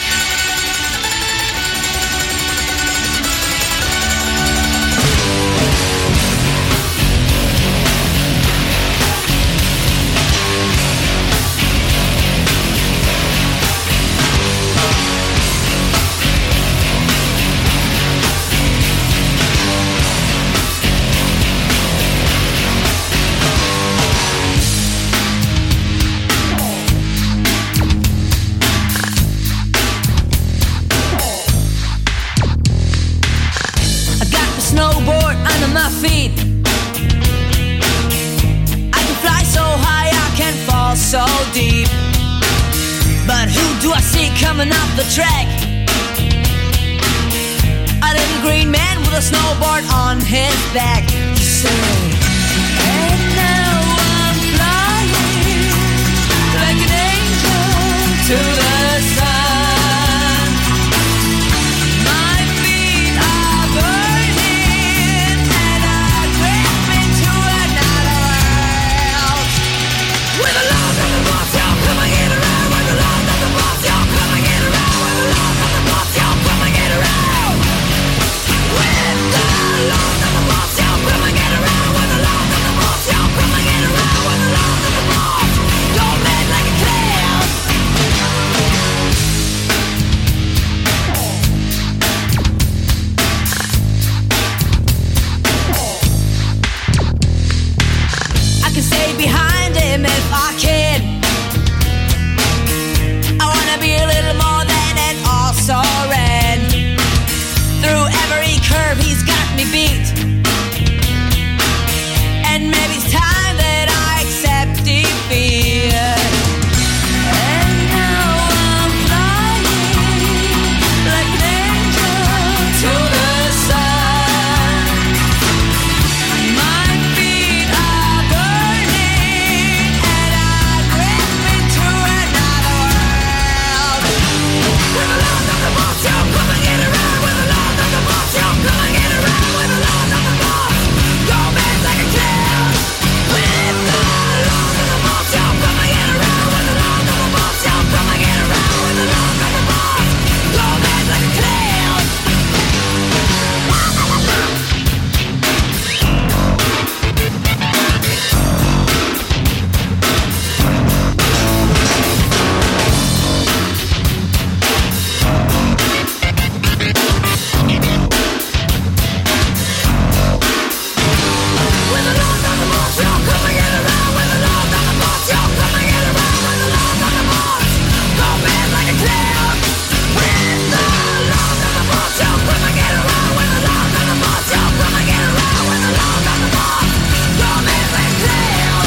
Speaker 11: So deep, but who do I see coming up the track? A little green man with a snowboard on his back. You say, and now I'm flying like an angel to the sun. My feet are burning and I drift into another world. With a love of the boss, y'all coming in around. With a love of the boss, y'all coming in around. With a love of the boss, y'all coming in around. With the love of the boss, y'all coming in around. With the love of the boss, y'all coming in around. With the love of the boss, don't make like a clown. I can stay behind him if I can. I wanna be a little more than an also ran. Through every curve he's got me beat, and maybe it's time that I accept defeat. And now I'm flying like an angel to the sun. My feet are burning and I drift into another world. With the love of the boss, y'all coming in around. With the love of the boss, y'all coming in around. With the love of the boss, go back like a clown. With the love of the boss, y'all coming in around. With the love of the boss, y'all coming in around. With the love of the boss, go back like a clown. With the love of the boss, y'all coming in around. With the love of the boss, y'all coming in around. With the love of the boss, go back like a clown. With the love of the boss, y'all coming in around. With the love of the boss, y'all coming in around. With the love of the boss, go back like a clown.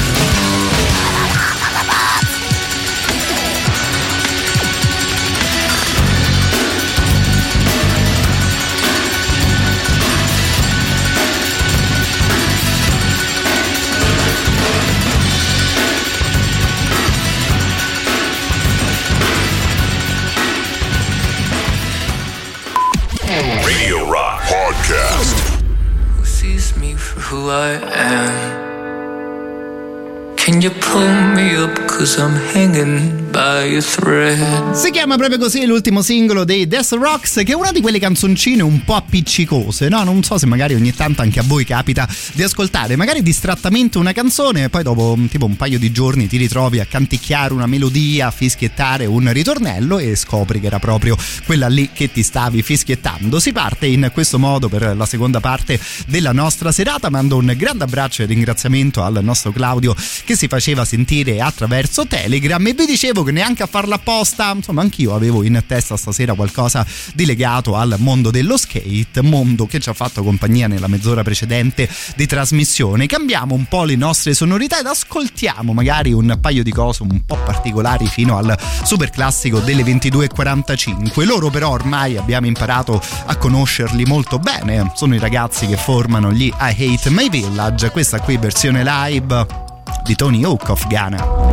Speaker 2: Radio Rock Podcast.
Speaker 10: Who sees me for who I am? Can you pull me up, cause I'm hanging
Speaker 12: by a thread.
Speaker 3: Si chiama proprio così l'ultimo singolo dei Death Rocks, che è una di quelle canzoncine un po' appiccicose, no? Non so se magari ogni tanto anche a voi capita di ascoltare magari distrattamente una canzone e poi dopo tipo un paio di giorni ti ritrovi a canticchiare una melodia, a fischiettare un ritornello e scopri che era proprio quella lì che ti stavi fischiettando. Si parte in questo modo per la seconda parte della nostra serata. Mando un grande abbraccio e ringraziamento al nostro Claudio che si faceva sentire attraverso Telegram, e vi dicevo che neanche a farla apposta, insomma anch'io avevo in testa stasera qualcosa di legato al mondo dello skate, mondo che ci ha fatto compagnia nella mezz'ora precedente di trasmissione. Cambiamo un po' le nostre sonorità ed ascoltiamo magari un paio di cose un po' particolari fino al super classico delle ventidue e quarantacinque. Loro però ormai abbiamo imparato a conoscerli molto bene, sono i ragazzi che formano gli I Hate My Village. Questa qui versione live di Tony Hawk of Ghana.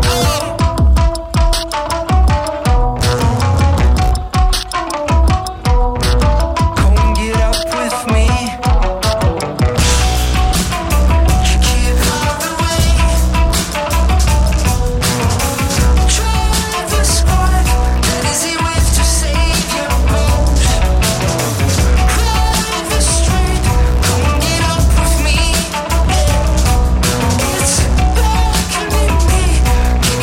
Speaker 13: It's back in me.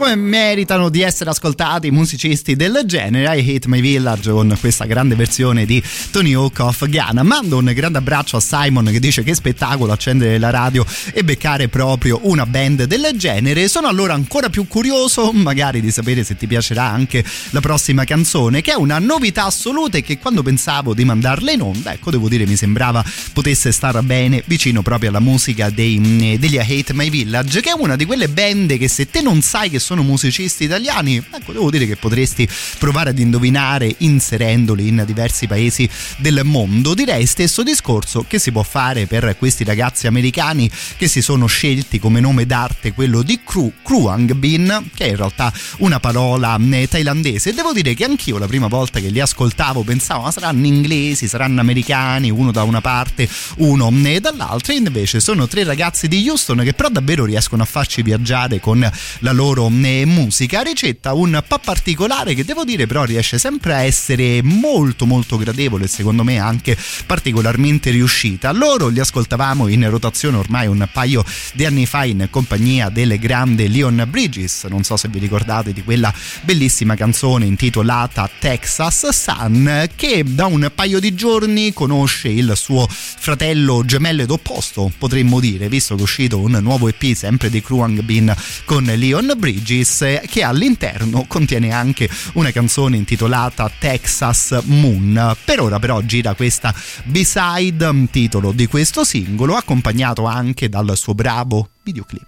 Speaker 3: come meritano di essere ascoltati i musicisti del genere. I Hate My Village con questa grande versione di Tony Hawk of Ghana. Mando un grande abbraccio a Simon che dice che spettacolo accendere la radio e beccare proprio una band del genere. Sono allora ancora più curioso magari di sapere se ti piacerà anche la prossima canzone, che è una novità assoluta e che quando pensavo di mandarla in onda, ecco, devo dire mi sembrava potesse star bene vicino proprio alla musica dei, degli Hate My Village, che è una di quelle band che se te non sai che sono musicisti italiani, ecco, devo dire che potresti provare ad indovinare inserendoli in diversi paesi del mondo. Direi stesso discorso che si può fare per questi ragazzi americani che si sono scelti come nome d'arte quello di Kru, Kruang Bin, che è in realtà una parola thailandese. Devo dire che anch'io la prima volta che li ascoltavo pensavo ma saranno inglesi, saranno americani, uno da una parte, uno dall'altra, e invece sono tre ragazzi di Houston che però davvero riescono a farci viaggiare con la loro musica. Ricetta un po' particolare che devo dire però riesce sempre a essere molto molto gradevole, secondo me anche particolarmente riuscita. Loro li ascoltavamo in rotazione ormai un paio di anni fa in compagnia del grande Leon Bridges, non so se vi ricordate di quella bellissima canzone intitolata Texas Sun, che da un paio di giorni conosce il suo fratello gemello ed opposto, potremmo dire, visto che è uscito un nuovo E P sempre di Kruang Bin con Leon Bridges, che all'interno contiene anche una canzone intitolata Texas Moon. Per ora però gira questa B-side, titolo di questo singolo, accompagnato anche dal suo bravo videoclip.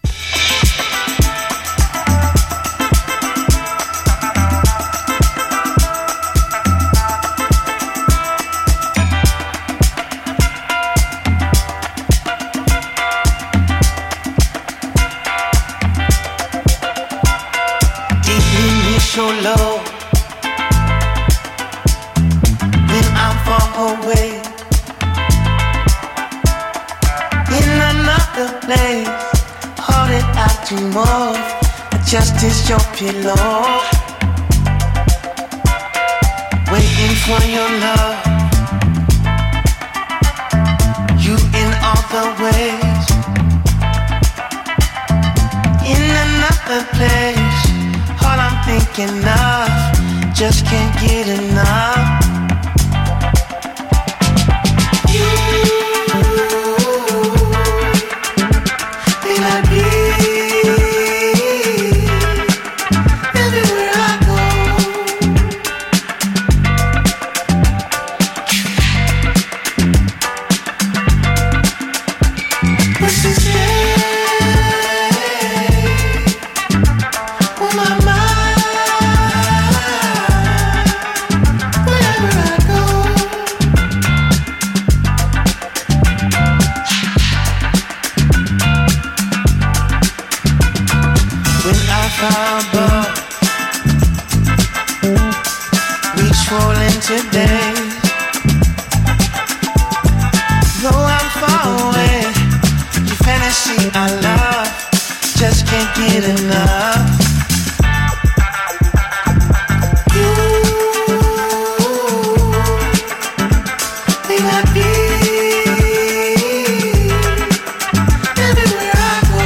Speaker 12: So low when I'm far away in another place, holding out to move, just as your pillow, waiting for your love. You in all the ways, in another place. All I'm thinking of, just can't get enough. You, will I be everywhere I go? What's his name? Oh my mind. Above, reach for today. Though I'm far away, your fantasy I love, just can't get enough. You, may not be everywhere I go.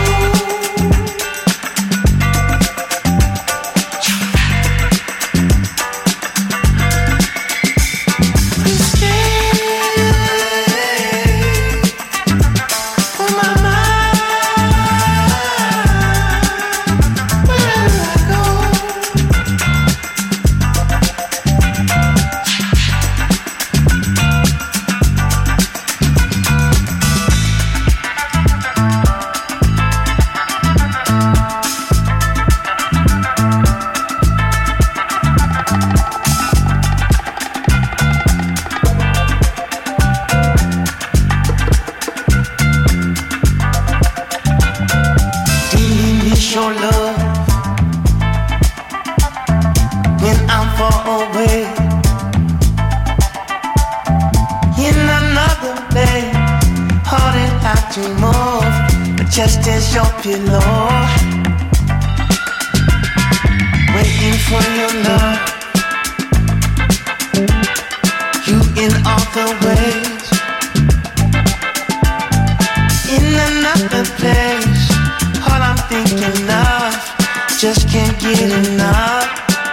Speaker 12: Just as your pillow, waiting for your love. You in all the ways, in another place. All I'm thinking of, just can't get enough.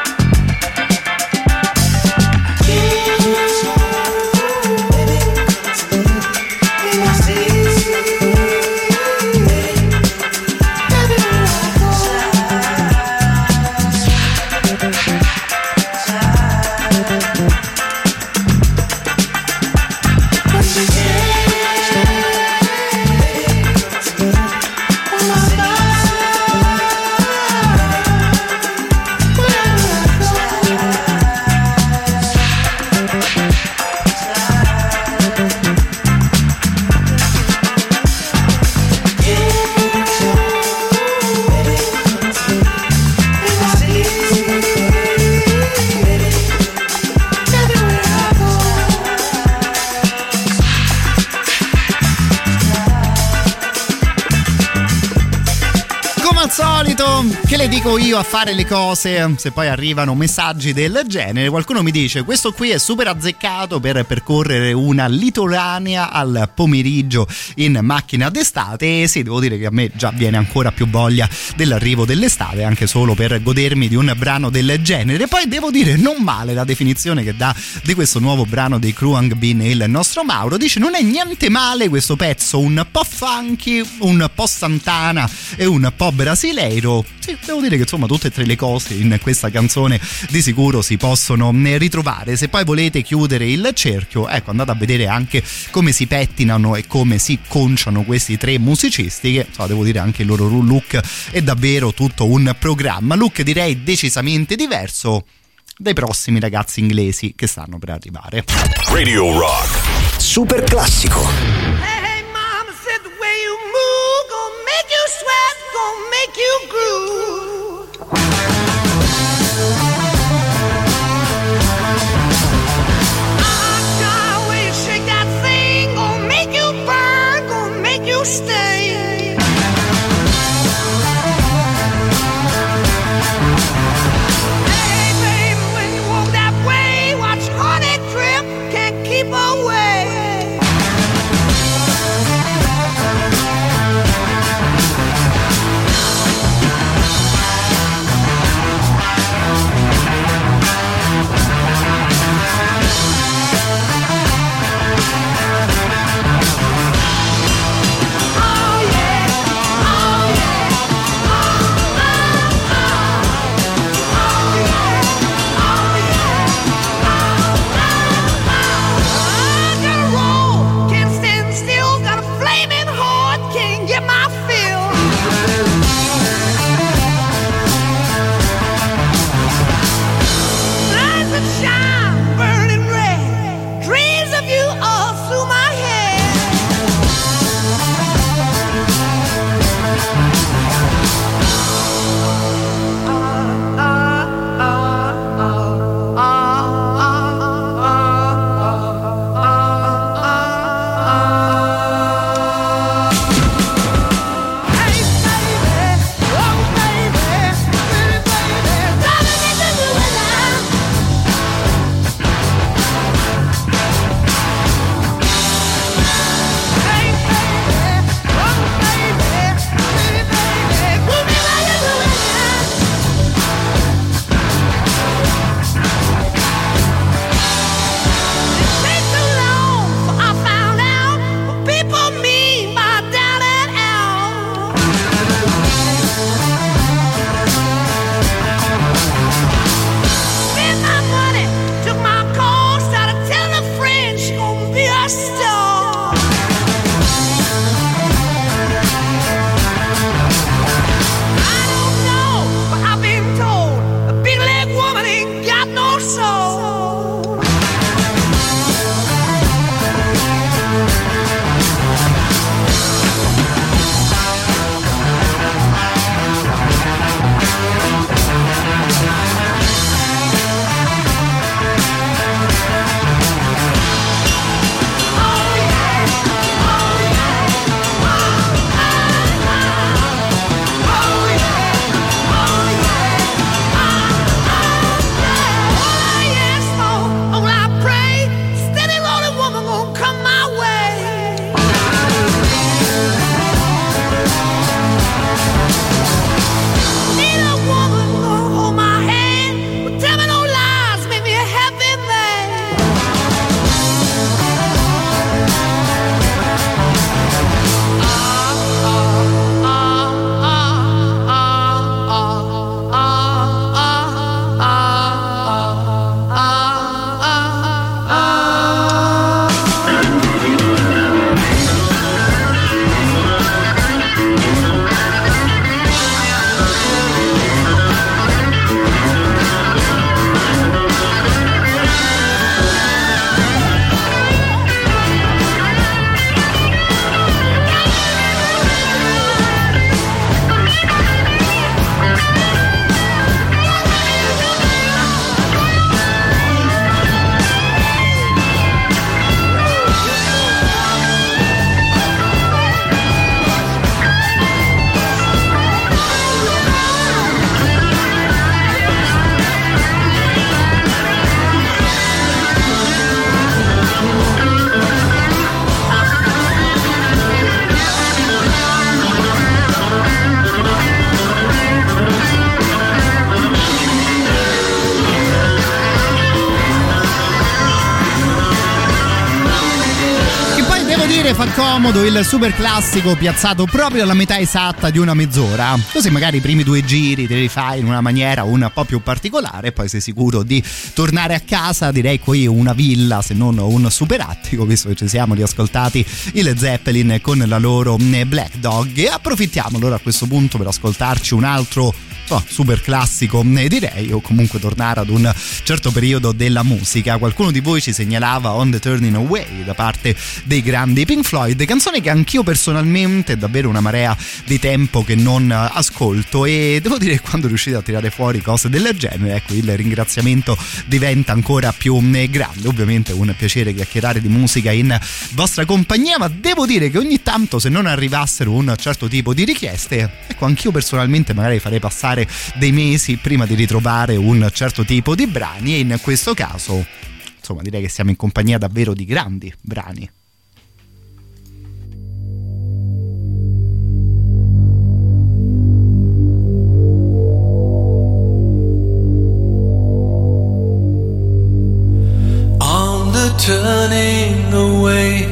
Speaker 3: Che le dico io a fare le cose se poi arrivano messaggi del genere? Qualcuno mi dice questo qui è super azzeccato per percorrere una litoranea al pomeriggio in macchina d'estate. E sì, devo dire che a me già viene ancora più voglia dell'arrivo dell'estate, anche solo per godermi di un brano del genere. Poi devo dire non male la definizione che dà di questo nuovo brano dei Kruang Bin il nostro Mauro. Dice non è niente male questo pezzo, un po' funky, un po' Santana e un po' brasileiro. Sì, devo dire che insomma tutte e tre le cose in questa canzone di sicuro si possono ritrovare. Se poi volete chiudere il cerchio, ecco, andate a vedere anche come si pettinano e come si conciano questi tre musicisti, che so, devo dire anche il loro look è davvero tutto un programma. Look direi decisamente diverso dai prossimi ragazzi inglesi che stanno per arrivare.
Speaker 2: Radio Rock
Speaker 1: Super classico.
Speaker 11: Hey, mama said the way you move gonna make you sweat, gonna make you groove. Ah, way you shake that thing, gonna make you burn, gonna make you stay. Hey, baby, when you walk that way, watch honey drip, can't keep away.
Speaker 3: dire fa comodo il super classico piazzato proprio alla metà esatta di una mezz'ora, così magari i primi due giri te li fai in una maniera un po' più particolare e poi sei sicuro di tornare a casa, direi qui una villa se non un super attico, visto che ci siamo riascoltati il Zeppelin con la loro Black Dog. E approfittiamo allora a questo punto per ascoltarci un altro oh, super classico, direi, o comunque tornare ad un certo periodo della musica. Qualcuno di voi ci segnalava On the Turning Away da parte dei grandi Pink Floyd, canzone che anch'io personalmente è davvero una marea di tempo che non ascolto, e devo dire che quando riuscite a tirare fuori cose del genere, ecco, il ringraziamento diventa ancora più grande. Ovviamente è un piacere chiacchierare di musica in vostra compagnia, ma devo dire che ogni tanto, se non arrivassero un certo tipo di richieste, ecco, anch'io personalmente magari farei passare dei mesi prima di ritrovare un certo tipo di brani, e in questo caso insomma direi che siamo in compagnia davvero di grandi brani.
Speaker 10: On the turning away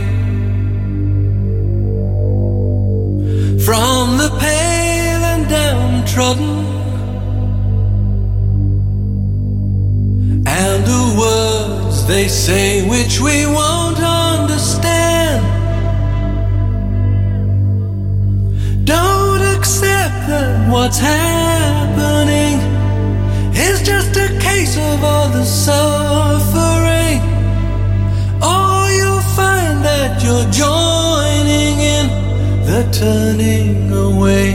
Speaker 10: from the pale and downtrodden, and the words they say which we won't understand. Don't accept that what's happening is just a case of all the suffering, or you'll find that you're joining in the turning away.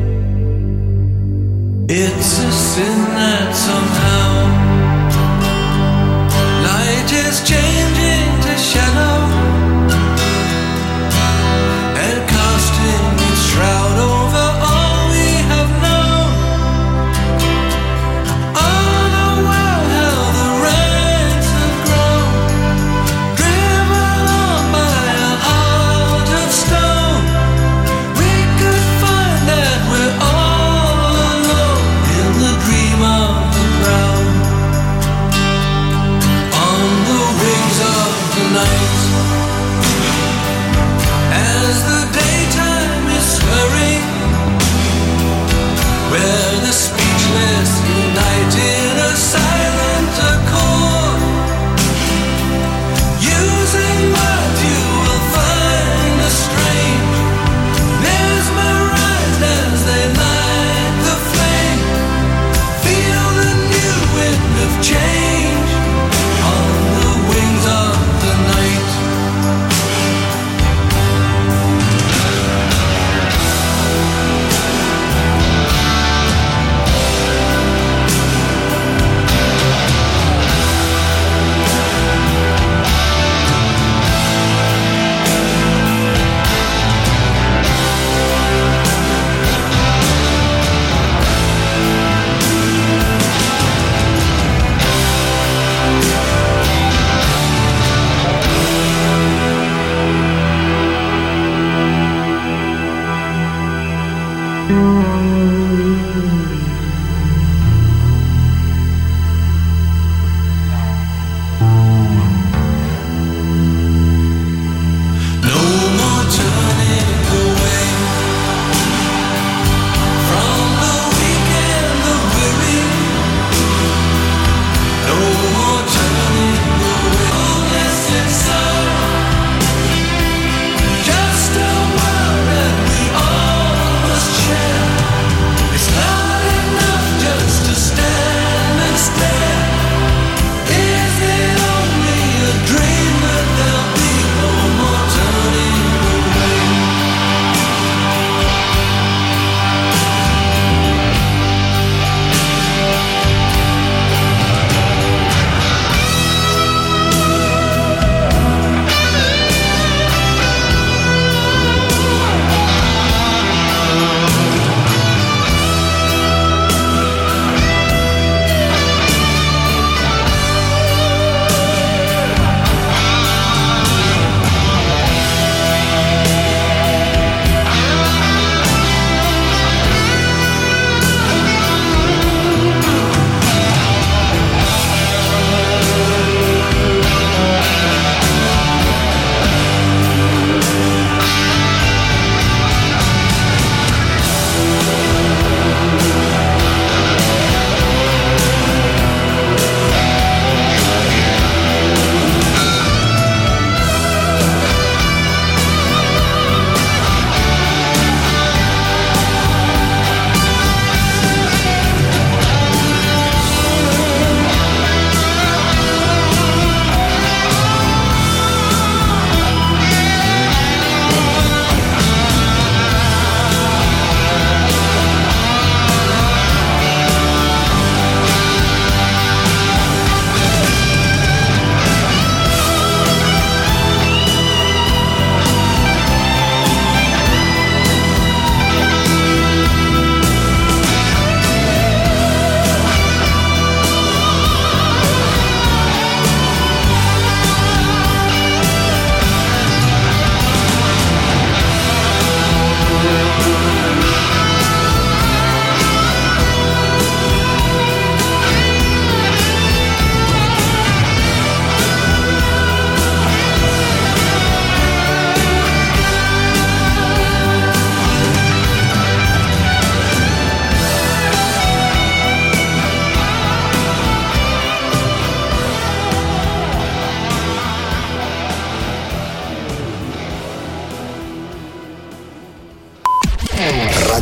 Speaker 10: It's a sin that somehow light is changing to shadow and casting its shroud over all we have known. Oh, the world, how the ranks have grown, driven on by a heart of stone. We could find that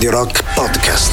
Speaker 1: Radio Rock Podcast.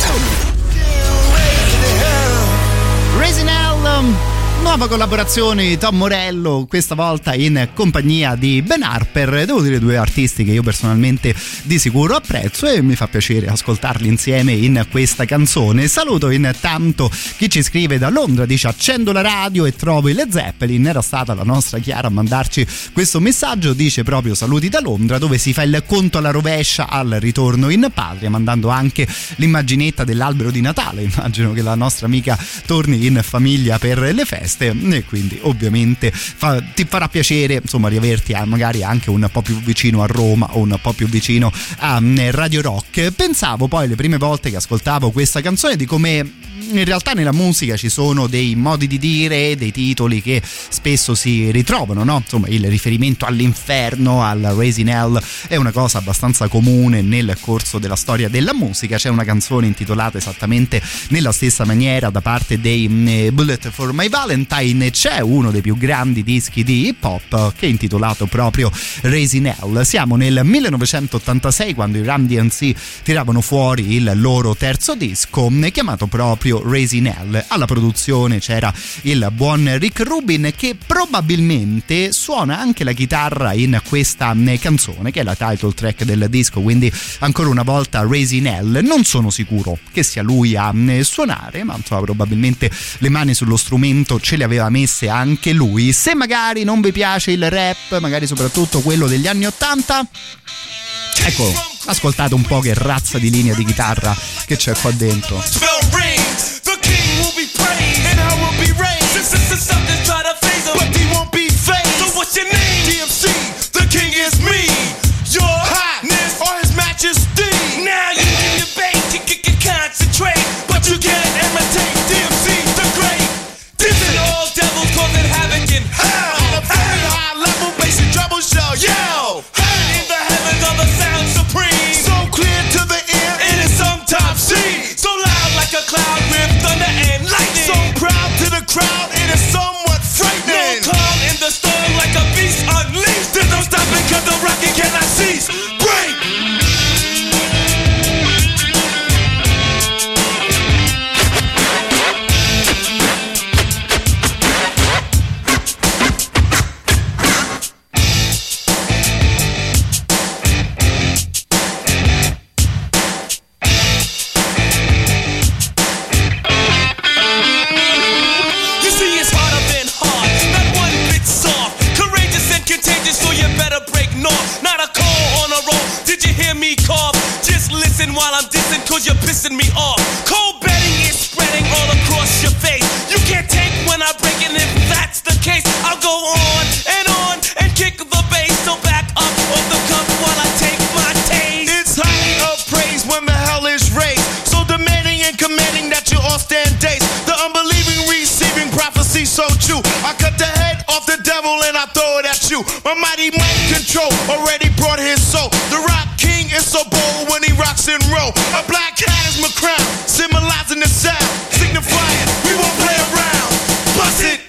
Speaker 3: Raising Hell, nuova collaborazione di Tom Morello, questa volta in compagnia di Ben Harper. Devo dire due artisti che io personalmente di sicuro apprezzo e mi fa piacere ascoltarli insieme in questa canzone. Saluto intanto chi ci scrive da Londra, dice: accendo la radio e trovo i Led Zeppelin. Era stata la nostra Chiara a mandarci questo messaggio, dice proprio saluti da Londra, dove si fa il conto alla rovescia al ritorno in patria, mandando anche l'immaginetta dell'albero di Natale. Immagino che la nostra amica torni in famiglia per le feste e quindi ovviamente fa, ti farà piacere insomma riaverti a, magari anche un po' più vicino a Roma o un po' più vicino a Radio Rock. Pensavo poi le prime volte che ascoltavo questa canzone di come in realtà nella musica ci sono dei modi di dire, dei titoli che spesso si ritrovano, no? Insomma, il riferimento all'inferno, al Raising Hell è una cosa abbastanza comune nel corso della storia della musica. C'è una canzone intitolata esattamente nella stessa maniera da parte dei Bullet for My Valentine, c'è uno dei più grandi dischi di hip hop che è intitolato proprio Raising Hell. Siamo nel millenovecentottantasei quando i Run D M C tiravano fuori il loro terzo disco chiamato proprio Raising Hell. Alla produzione c'era il buon Rick Rubin, che probabilmente suona anche la chitarra in questa canzone che è la title track del disco, quindi ancora una volta Raising Hell. Non sono sicuro che sia lui a suonare, ma insomma probabilmente le mani sullo strumento ce le aveva messe anche lui. Se magari non vi piace il rap, magari soprattutto quello degli anni ottanta, ecco, ascoltate un po' che razza di linea di chitarra che c'è qua dentro.
Speaker 13: Yo! In the heavens of the sound supreme, so clear to the ear, it is sometimes seen, so loud like a cloud with thunder and lightning, so proud to the crowd, it is somewhat frightening. No calm in the storm like a beast unleashed. There's no stopping 'cause the rocket cannot cease. Break! So you better break north, not a call on a roll. Did you hear me cough? Just listen while I'm dissing, 'cause you're pissing me off. Cold betting is spreading all across your face. You can't take when I break it, and if that's the case, I'll go on and on and kick the bass. So back up off the cuff while I take my taste. It's highly appraised when the hell is raised, so demanding and commanding that you all stand days. The unbelieving receiving prophecy so true. I cut the head off the devil and I throw it at you. My mighty mind control already brought his soul. The rock king is so bold when he rocks and roll. A black cat is my crown, symbolizing the sound, signifying we won't play around. Bust it.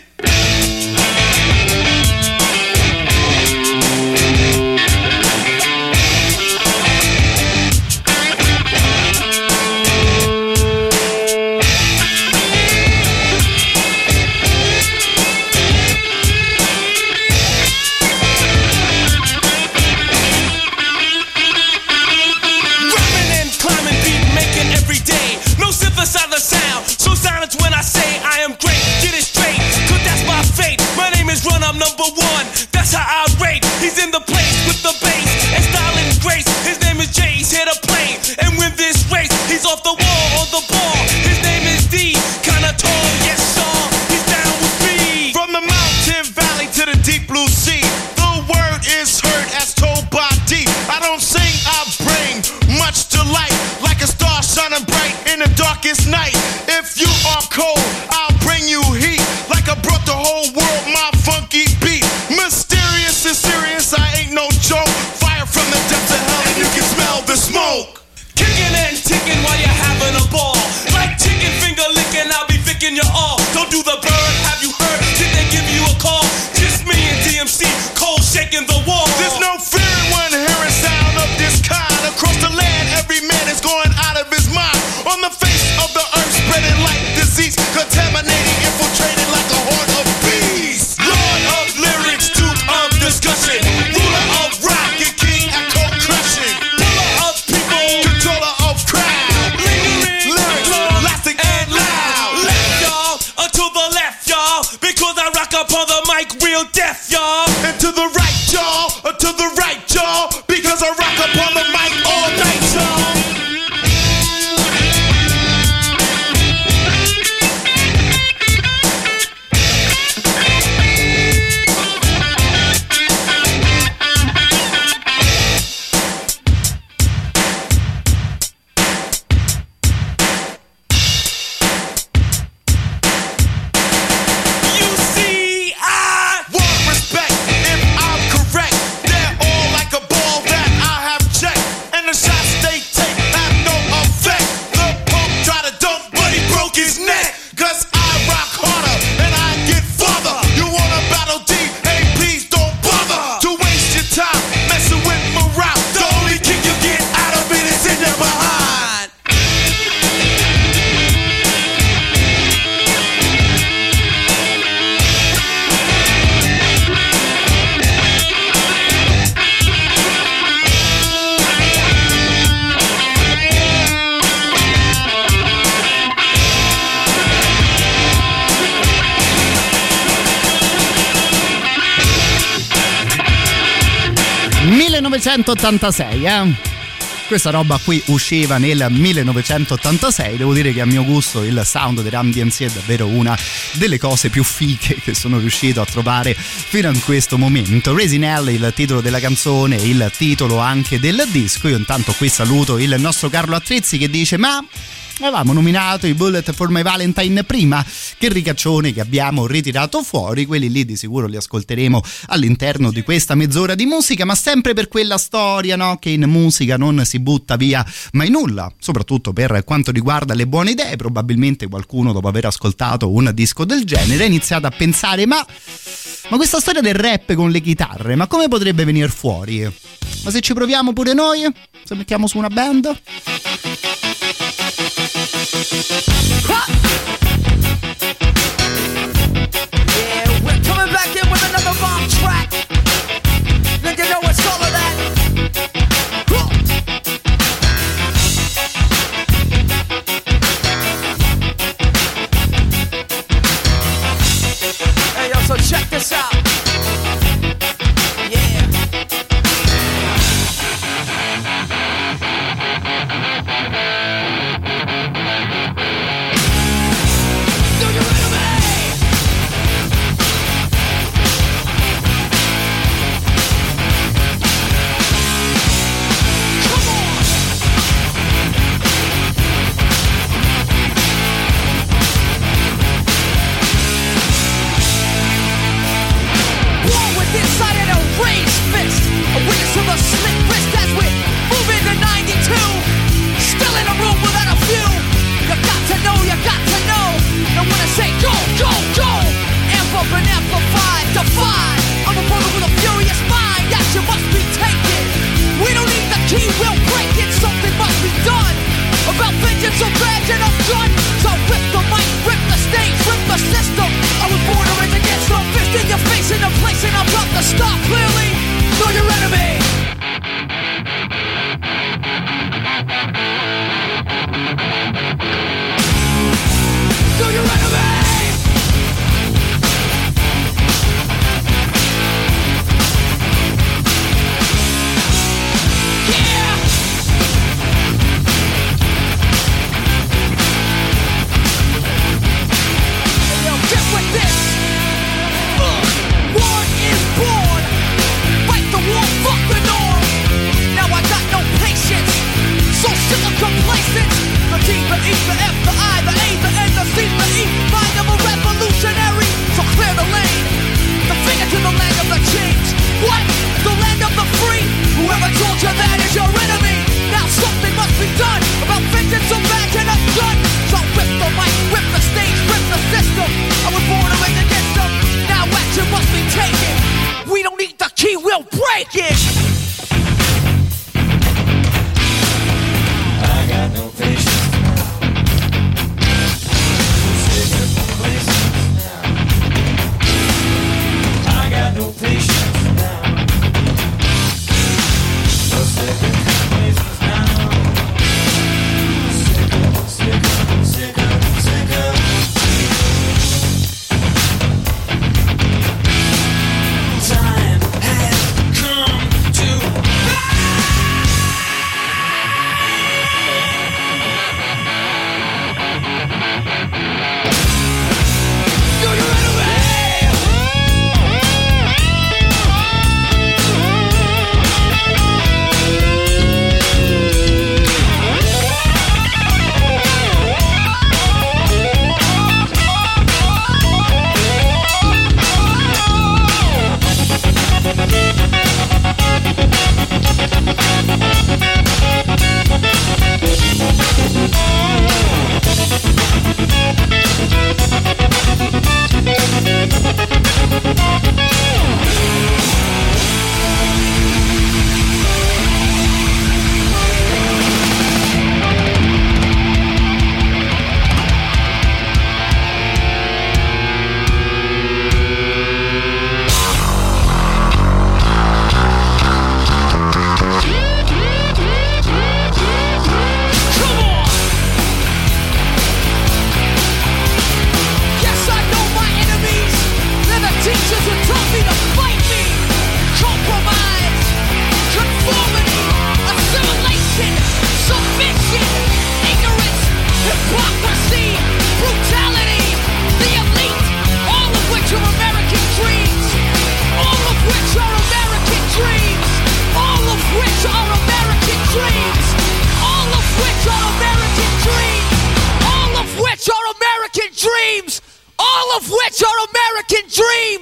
Speaker 13: The sound, so silence when I say I am great. Get it straight, 'cause that's my fate. My name is Run, I'm number one. That's how I rate. He's in the place with the bass and style and grace. His name is Jay, he's here to play and win this race. He's off the wall, on the ball. His name is D, kinda tall, yes sir. He's down with me. From the mountain valley to the deep blue sea, the word is heard as told by D. I don't sing, I bring much to light, like a star shining bright in the darkest night. If you are cold, I'll bring you heat, like I brought the whole world my funky beat. Mysterious real death, y'all. And to the right, y'all, or to the right, y'all, because I rock up on the mic all night, y'all.
Speaker 3: millenovecentottantasei, eh? Questa roba qui usciva nel millenovecentottantasei. Devo dire che a mio gusto il sound dei Run D M C è davvero una delle cose più fighe che sono riuscito a trovare fino a questo momento. Raising Hell, il titolo della canzone, il titolo anche del disco. Io intanto qui saluto il nostro Carlo Attrezzi che dice: ma avevamo nominato i Bullet for My Valentine prima, che ricaccioni che abbiamo ritirato fuori. Quelli lì di sicuro li ascolteremo all'interno di questa mezz'ora di musica, ma sempre per quella storia, no? Che in musica non si butta via mai nulla, soprattutto per quanto riguarda le buone idee. Probabilmente qualcuno, dopo aver ascoltato un disco del genere, ha iniziato a pensare: ma, ma questa storia del rap con le chitarre, ma come potrebbe venire fuori? Ma se ci proviamo pure noi? Se mettiamo su una band?
Speaker 14: Yeah, we're coming back in with another bomb track. Think you know what's all of that? Hey yo, so check this out. So bad and I'm done. So rip the mic, rip the stage, rip the system. I was born to rage against no fist in your face in a place, and I'm about to stop clearly. Know your enemy.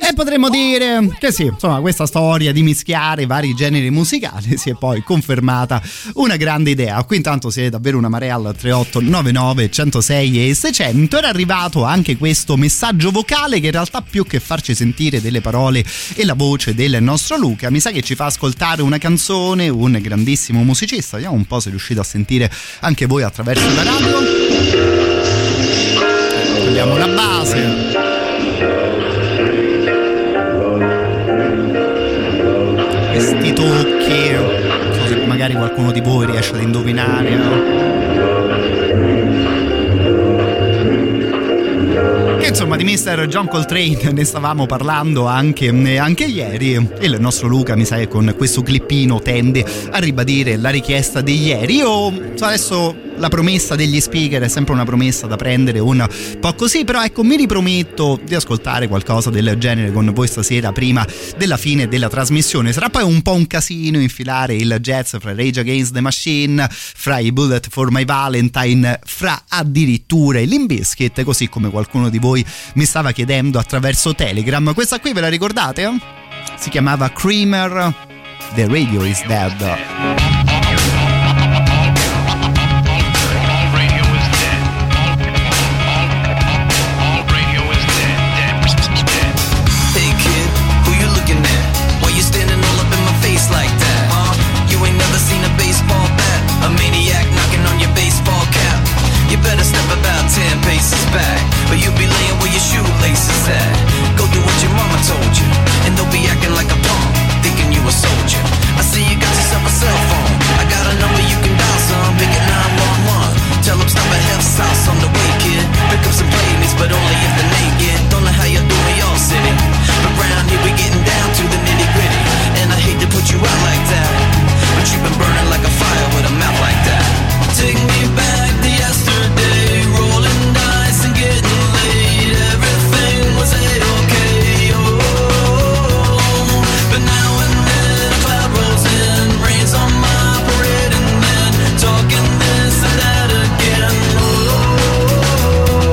Speaker 3: E potremmo dire che sì, insomma, questa storia di mischiare i vari generi musicali si è poi confermata una grande idea. Qui intanto siete davvero una marea al tre otto nove nove uno zero sei e seicento. Era arrivato anche questo messaggio vocale che in realtà, più che farci sentire delle parole e la voce del nostro Luca, mi sa che ci fa ascoltare una canzone, un grandissimo musicista. Vediamo un po' se riuscite a sentire anche voi attraverso la radio. Togliamo la base. Questi tocchi, non so se magari qualcuno di voi riesce ad indovinare, no? Che insomma di mister John Coltrane ne stavamo parlando anche, anche ieri. Il nostro Luca, mi sa che con questo clippino tende a ribadire la richiesta di ieri. Io adesso la promessa degli speaker è sempre una promessa da prendere un po' così, però ecco, mi riprometto di ascoltare qualcosa del genere con voi stasera prima della fine della trasmissione. Sarà poi un po' un casino infilare il jazz fra Rage Against the Machine, fra i Bullet for My Valentine, fra addirittura i Limp Bizkit, così come qualcuno di voi mi stava chiedendo attraverso Telegram. Questa qui ve la ricordate? Si chiamava Creamer, The Radio Is Dead.
Speaker 15: Like that, huh? You ain't never seen a baseball bat, a maniac knocking on your baseball cap. You better step about ten paces back, or you'll be laying where your shoelaces at. Go do what your mama told you, and don't be acting like a punk, thinking you a soldier. I see you got yourself a cell phone. I got a number you can dial some, make it nine one one. Tell them stop at Health Sauce on the way, kid. Pick up some playmates, but only if they're naked. Don't know how you do in your city, but round here we getting down to the nitty gritty. And I hate to put you out like that, but you've been burning like a fire with a mouth like that. Take me back to yesterday, rolling dice and getting laid. Everything was a-okay, oh. But now and then a cloud rolls in, rains on my parade, and then talking this and that again, oh.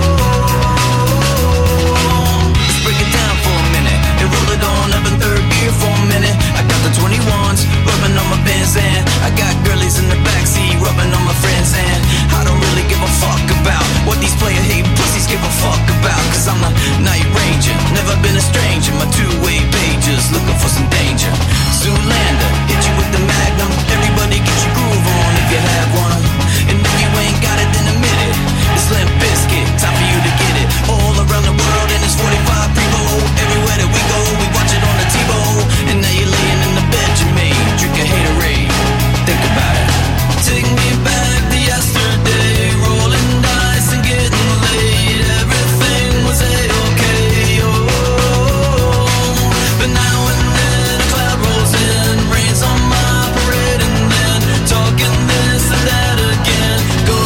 Speaker 15: Let's break it down for a minute and roll it on up in third gear for a minute. I got the twenty-ones rubbing on my Benz, and I got girlies in the backseat rubbing on my friends, and I don't really give a fuck about what these player hate pussies give a fuck about, cause I'm a night ranger, never been a stranger. My two-way pages looking for some danger. Zoolander, hit you with the magnum. Everybody get your groove on if you have one, and if you ain't got it then admit it. It's Limp Bizkit, time for you to get it. All around the world and it's forty-five Prevo. Everywhere that we go we watch it on the TiVo. And now you're laying in the bed you made, drinking haterade. Think about it. Take me back to yesterday, rolling dice and getting laid. Everything was a-okay, oh. But now and then a cloud rolls in, rains on my parade, and then talking this and that again. Go.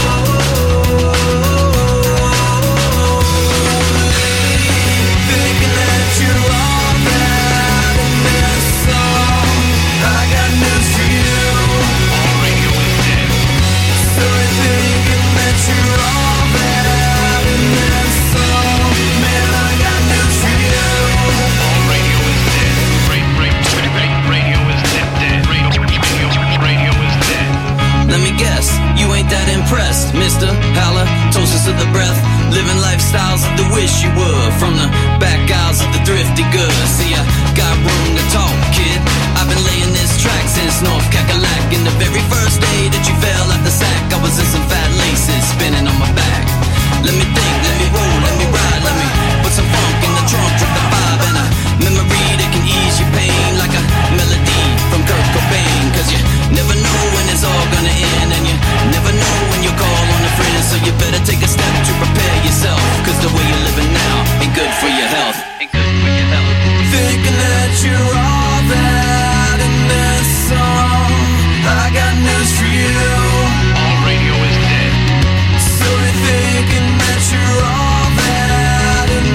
Speaker 15: Thinking that you're all that in this song. I got news for you. All radio is dead. So I'm thinking that you're all that in this song. Man, I got news for you. All radio is dead. Radio is dead. Dead. Radio, radio, radio is dead. Let me guess, you ain't that impressed, mister. Holla, toasters to the breath. Living lifestyles of the wish you would. From the back aisles of the thrifty goods. See, I got room to talk, kid. I've been laying this track since North Cackalack. And the very first day that you fell out the sack, I was in some fat laces spinning on my back. Let me think, let me roll, let me ride, let me put some funk in the trunk, drop the vibe, and a memory that can ease your pain like a melody from Kurt Cobain. Cause you never know when it's all gonna end, and you never know when you call on a friend. So you better take a step to prepare yourself, cause the way you're living now ain't good for your health. Ain't good for your health. Thinking that you're all that in this song. I got news for you. All radio is dead. So you're thinking that you're all that in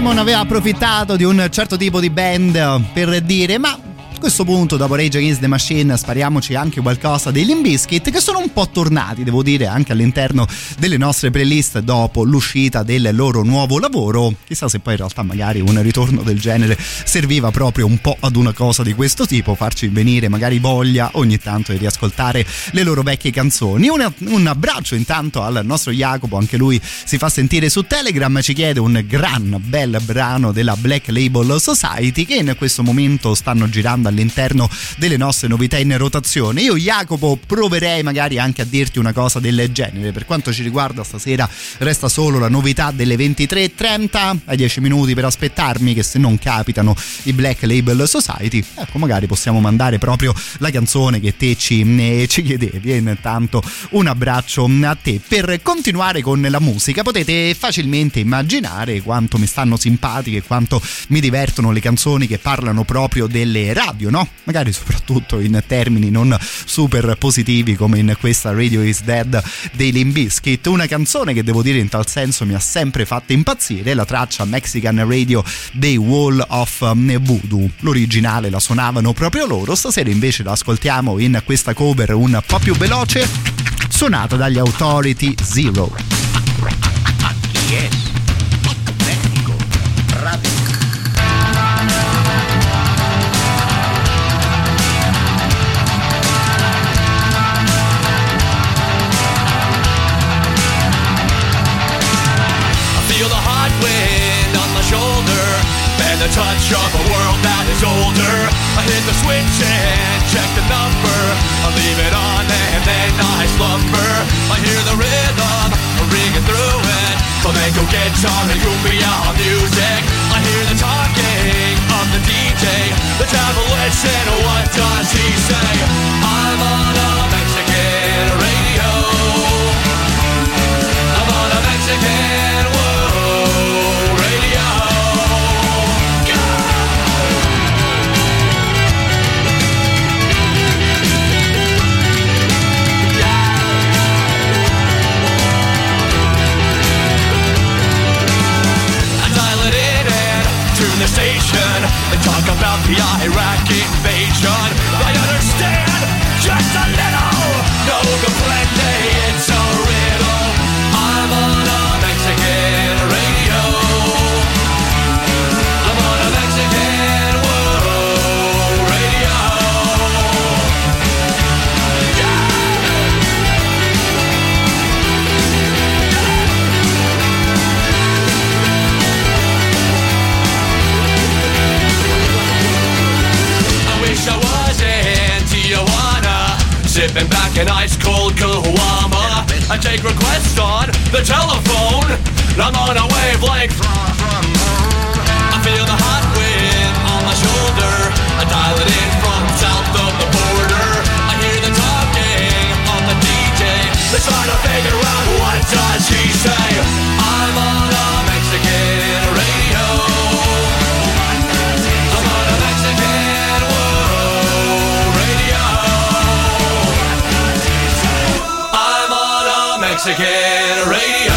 Speaker 3: Simon aveva approfittato di un certo tipo di band per dire: ma a questo punto, dopo Rage Against the Machine, spariamoci anche qualcosa dei Limp Bizkit, che sono un po' tornati, devo dire, anche all'interno delle nostre playlist dopo l'uscita del loro nuovo lavoro. Chissà se poi in realtà magari un ritorno del genere serviva proprio un po' ad una cosa di questo tipo, farci venire magari voglia ogni tanto di riascoltare le loro vecchie canzoni. Un, un abbraccio intanto al nostro Jacopo, anche lui si fa sentire su Telegram, ci chiede un gran bel brano della Black Label Society che in questo momento stanno girando all'interno delle nostre novità in rotazione. Io, Jacopo, proverei magari anche a dirti una cosa del genere. Per quanto ci riguarda, stasera resta solo la novità delle ventitré e trenta. Hai dieci minuti per aspettarmi, che se non capitano i Black Label Society, ecco, magari possiamo mandare proprio la canzone che te ci, eh, ci chiedevi. E intanto un abbraccio a te. Per continuare con la musica, potete facilmente immaginare quanto mi stanno simpatiche e quanto mi divertono le canzoni che parlano proprio delle radio, no? Magari soprattutto in termini non super positivi come in questa Radio Is Dead dei Limp Bizkit. Una canzone che devo dire in tal senso mi ha sempre fatto impazzire, la traccia Mexican Radio dei Wall of Voodoo. L'originale la suonavano proprio loro, stasera invece la ascoltiamo in questa cover un po' più veloce, suonata dagli Authority Zero.
Speaker 16: Yes. Mexico Radio.
Speaker 7: Feel the hot wind on my shoulder and the touch of a world that is older. I hit the switch and check the number. I leave it on and then I slumber. I hear the rhythm ringing through it. Flamenco guitar and cumbia music. I hear the talking of the D J. Let's have a listen. What does he say? I'm on a Mexican radio. I'm on a Mexican radio. The station and talk about the Iraq invasion. I understand just a little. No comprende, it's a riddle. I'm on a Mexican radio. I'm on a Mexican world radio. I was in Tijuana, sipping back an ice-cold caguama. I take requests on the telephone. I'm on a wavelength. I feel the hot wind on my shoulder. I dial it in from south of the border. I hear the talking of the D J. They're trying to figure out what does he say. I'm on a Mexican radio. I'm on a Mexican world radio. I'm on a Mexican radio.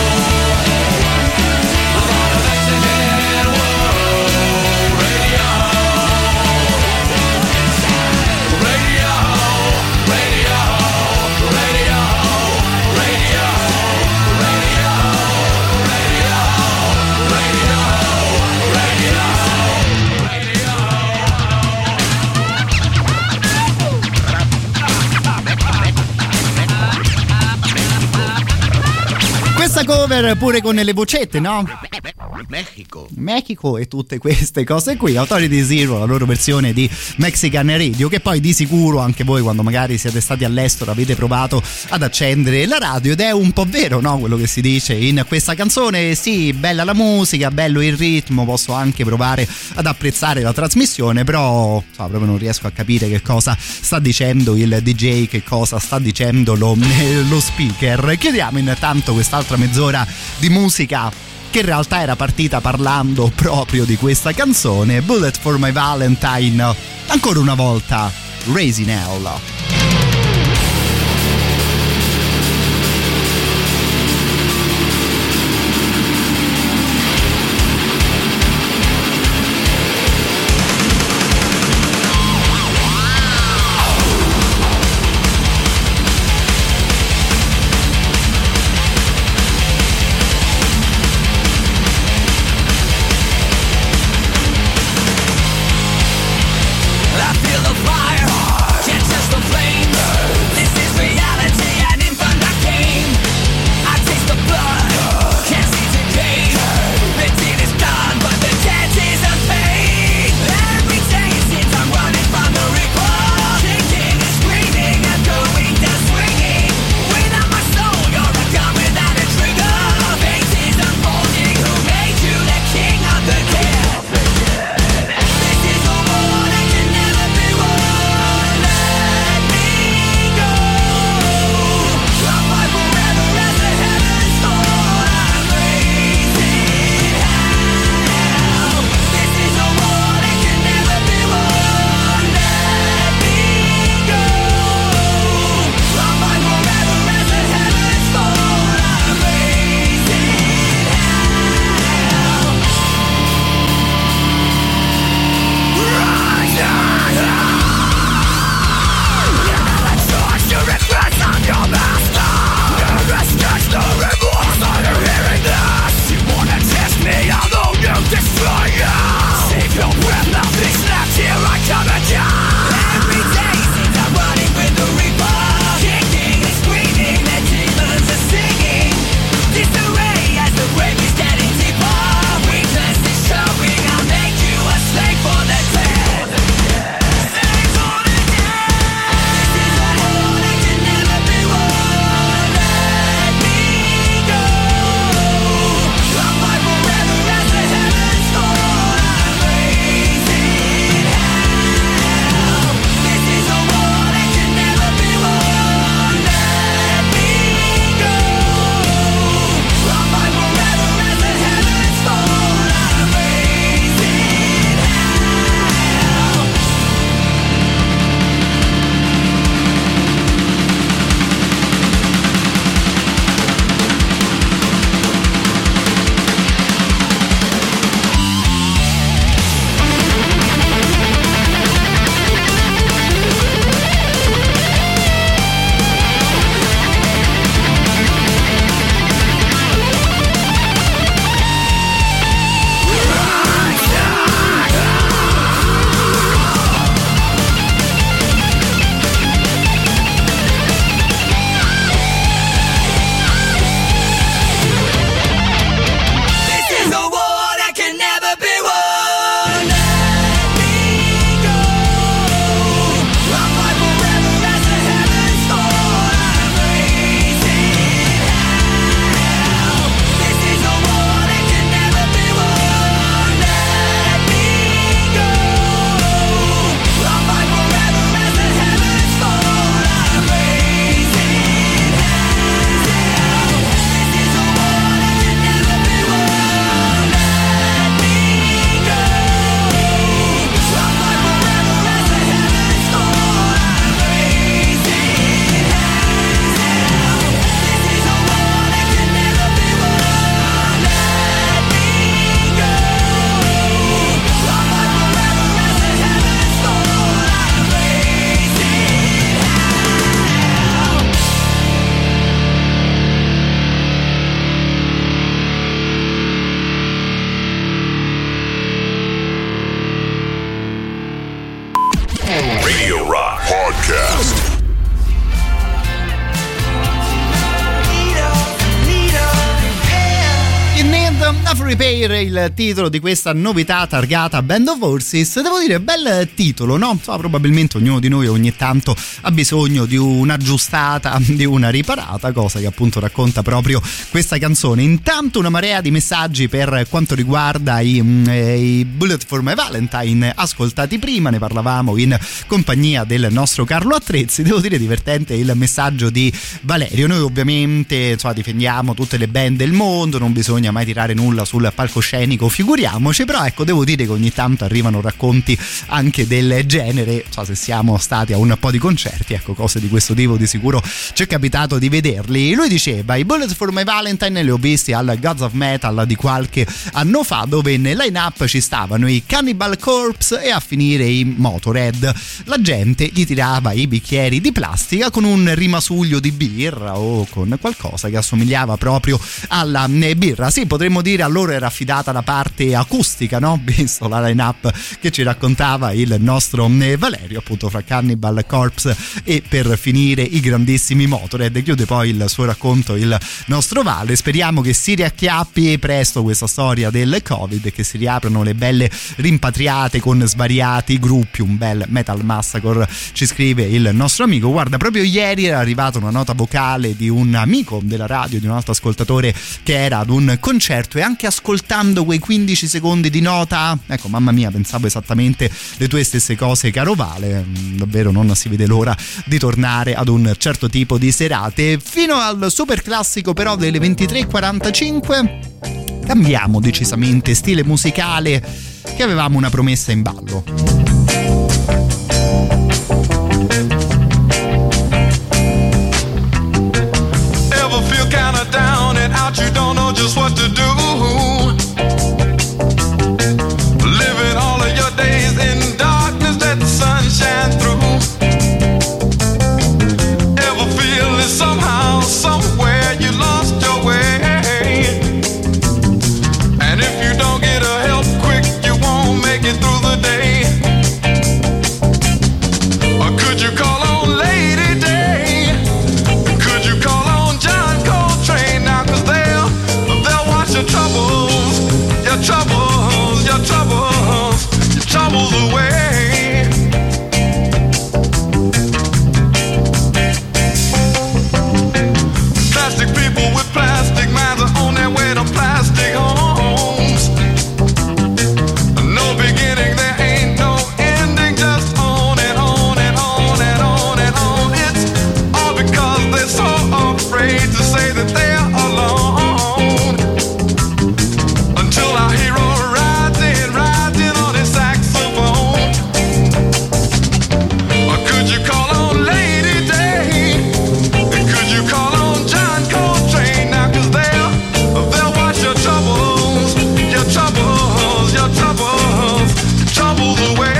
Speaker 3: Questa cover pure con le vocette, no?
Speaker 16: Mexico.
Speaker 3: Mexico e tutte queste cose qui. Authority Zero, la loro versione di Mexican Radio, che poi di sicuro anche voi, quando magari siete stati all'estero, avete provato ad accendere la radio, ed è un po' vero, no? Quello che si dice in questa canzone. Sì, bella la musica, bello il ritmo, posso anche provare ad apprezzare la trasmissione, però so, proprio non riesco a capire che cosa sta dicendo il D J, che cosa sta dicendo lo, lo speaker. Chiudiamo intanto quest'altra mezz'ora di musica che in realtà era partita parlando proprio di questa canzone, Bullet for My Valentine, ancora una volta Raising Hell. Love Repair è il titolo di questa novità targata Band of Horses. Devo dire, bel titolo, no? So, probabilmente ognuno di noi ogni tanto ha bisogno di un'aggiustata, di una riparata, cosa che appunto racconta proprio questa canzone. Intanto una marea di messaggi per quanto riguarda i, i Bullet for My Valentine ascoltati prima, ne parlavamo in compagnia del nostro Carlo Attrezzi. Devo dire divertente il messaggio di Valerio. Noi ovviamente insomma, difendiamo tutte le band del mondo, non bisogna mai tirare nulla sul palcoscenico, figuriamoci, però ecco, devo dire che ogni tanto arrivano racconti anche del genere, so, se siamo stati a un po' di concerti, ecco, cose di questo tipo di sicuro ci è capitato di vederli. Lui diceva: i Bullet for My Valentine li ho visti al Gods of Metal di qualche anno fa, dove nel line-up ci stavano i Cannibal Corpse e a finire i Motorhead. La gente gli tirava i bicchieri di plastica con un rimasuglio di birra o con qualcosa che assomigliava proprio alla birra. Sì, potremmo dire a loro era affidata la parte acustica, no? Visto la line-up che ci raccontava il nostro Valerio, appunto, fra Cannibal Corpse e per finire i grandissimi Motorhead. Chiude poi il suo racconto il nostro Vale. Speriamo che si riacchiappi presto questa storia del Covid e che si riaprano le belle rimpatriate con svariati gruppi. Un bel Metal Massacre, ci scrive il nostro amico. Guarda, proprio ieri era arrivata una nota vocale di un amico della radio, di un altro ascoltatore che era ad un concerto, e anche ascoltando quei quindici secondi di nota, ecco, mamma mia, pensavo esattamente le tue stesse cose, caro Vale. Davvero non si vede l'ora di tornare ad un certo tipo di serate. Fino al super classico però delle ventitré e quarantacinque cambiamo decisamente stile musicale, che avevamo una promessa in ballo.
Speaker 5: Ever feel kinda down and out, you don't know just what to do? Living all of your days in darkness, let the sun shine through. Ever feel that somehow, somewhere you lost your way? And if you don't get a help quick, you won't make it through the day. Or could you call on Lady Day? Could you call on John Coltrane now? 'Cause they'll, they'll wash your troubles, your troubles, your troubles, your troubles away. Plastic people with plastic minds are on their way to plastic homes. No beginning, there ain't no ending, just on and on and on and on and on. It's all because they're so afraid to say that they're alone. Until our hero rides in, rides in on his saxophone. Or could you call on Lady Day? Could you call on John Coltrane now? 'Cause they'll, they'll wash your troubles, your troubles, your troubles, your troubles away.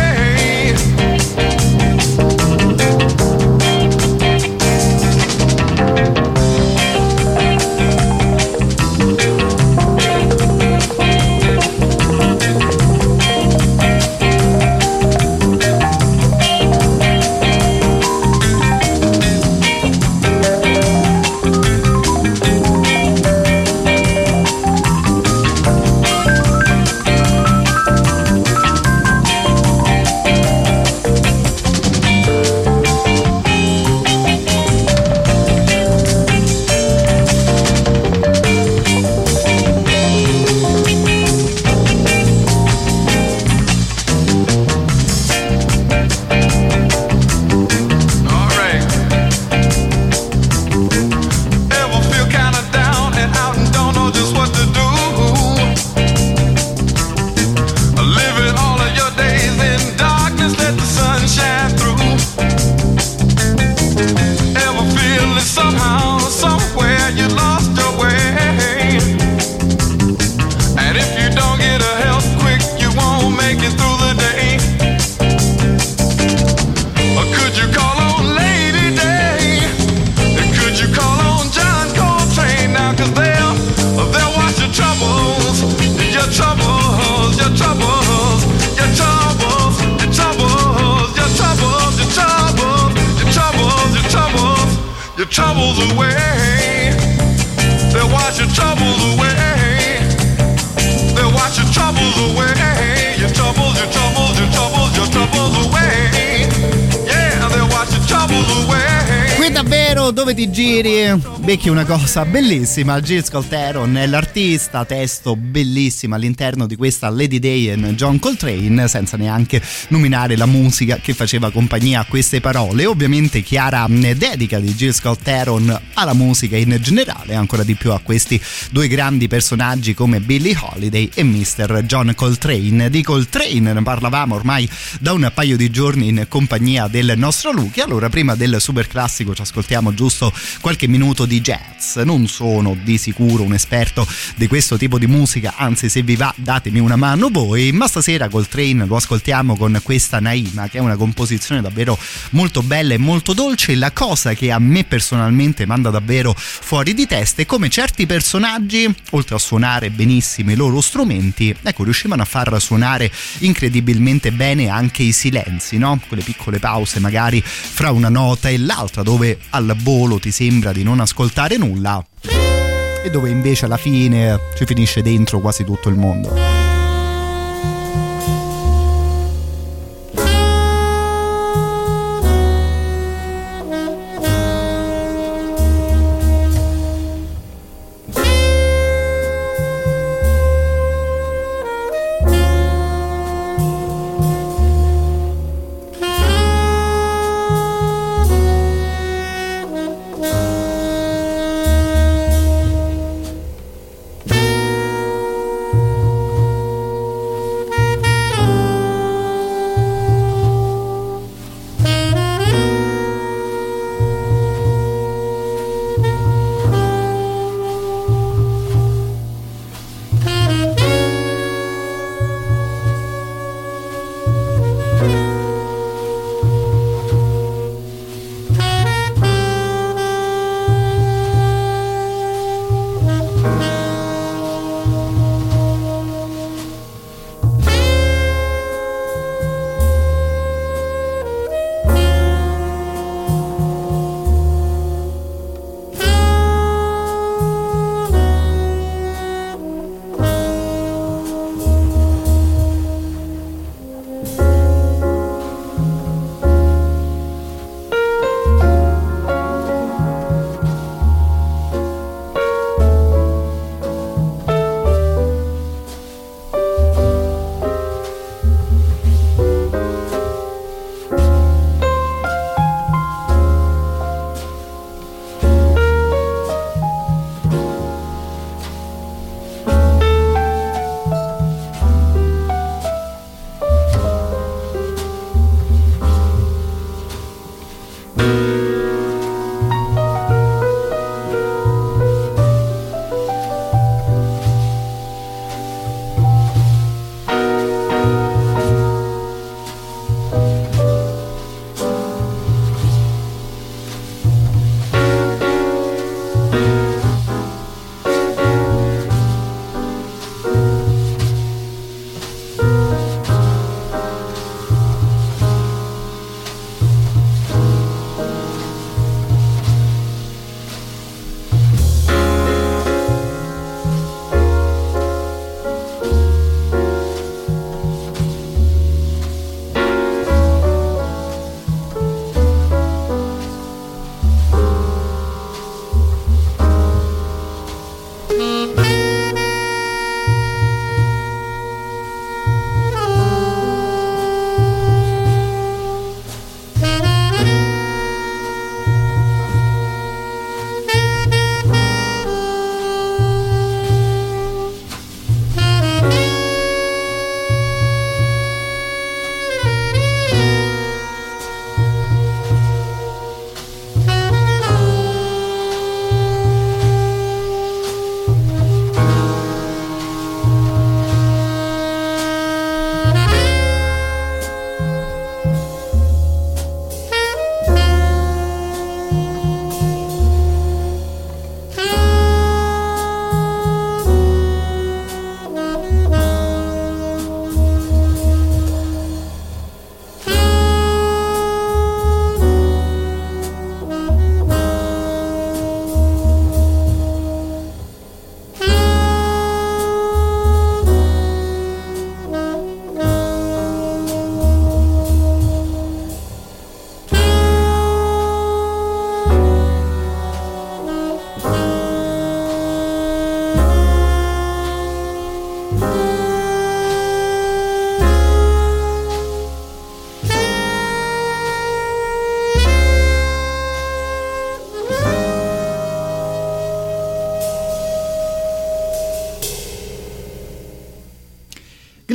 Speaker 5: Your troubles away. They'll wash your troubles away. troubles, your troubles, your troubles, your troubles away. Yeah, they'll wash your troubles away.
Speaker 3: Qui davvero dove ti giri becchi una cosa bellissima. Jill Scott-Heron è l'artista, testo bellissimo all'interno di questa Lady Day and John Coltrane, senza neanche nominare la musica che faceva compagnia a queste parole. Ovviamente chiara dedica di Jill Scott-Heron alla musica in generale, ancora di più a questi due grandi personaggi come Billie Holiday e mister John Coltrane. Di Coltrane ne parlavamo ormai da un paio di giorni in compagnia del nostro Luchi. Allora, prima del super classico ci ascoltiamo giusto qualche minuto di jazz. Non sono di sicuro un esperto di questo tipo di musica, anzi, se vi va datemi una mano voi, ma stasera Coltrane lo ascoltiamo con questa Naima, che è una composizione davvero molto bella e molto dolce. La cosa che a me personalmente manda davvero fuori di testa è come certi personaggi, oltre a suonare benissimo i loro strumenti, ecco, riuscivano a far suonare incredibilmente bene anche i silenzi, no? Quelle piccole pause magari fra una nota e l'altra, dove al volo ti sembra di non ascoltare nulla e dove invece alla fine ci finisce dentro quasi tutto il mondo.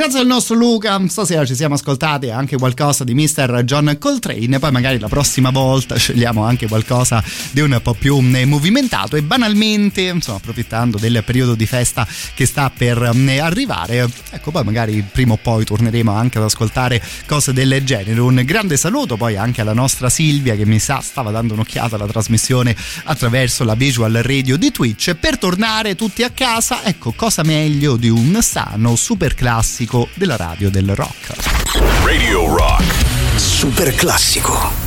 Speaker 3: Grazie al nostro Luca, stasera ci siamo ascoltati anche qualcosa di mister John Coltrane, poi magari la prossima volta scegliamo anche qualcosa di un po' più movimentato e banalmente, insomma, approfittando del periodo di festa che sta per arrivare, ecco, poi magari prima o poi torneremo anche ad ascoltare cose del genere. Un grande saluto poi anche alla nostra Silvia, che mi sa stava dando un'occhiata alla trasmissione attraverso la visual radio di Twitch. Per tornare tutti a casa, ecco, cosa meglio di un sano super classico della radio del rock.
Speaker 2: Radio Rock.
Speaker 1: Super classico.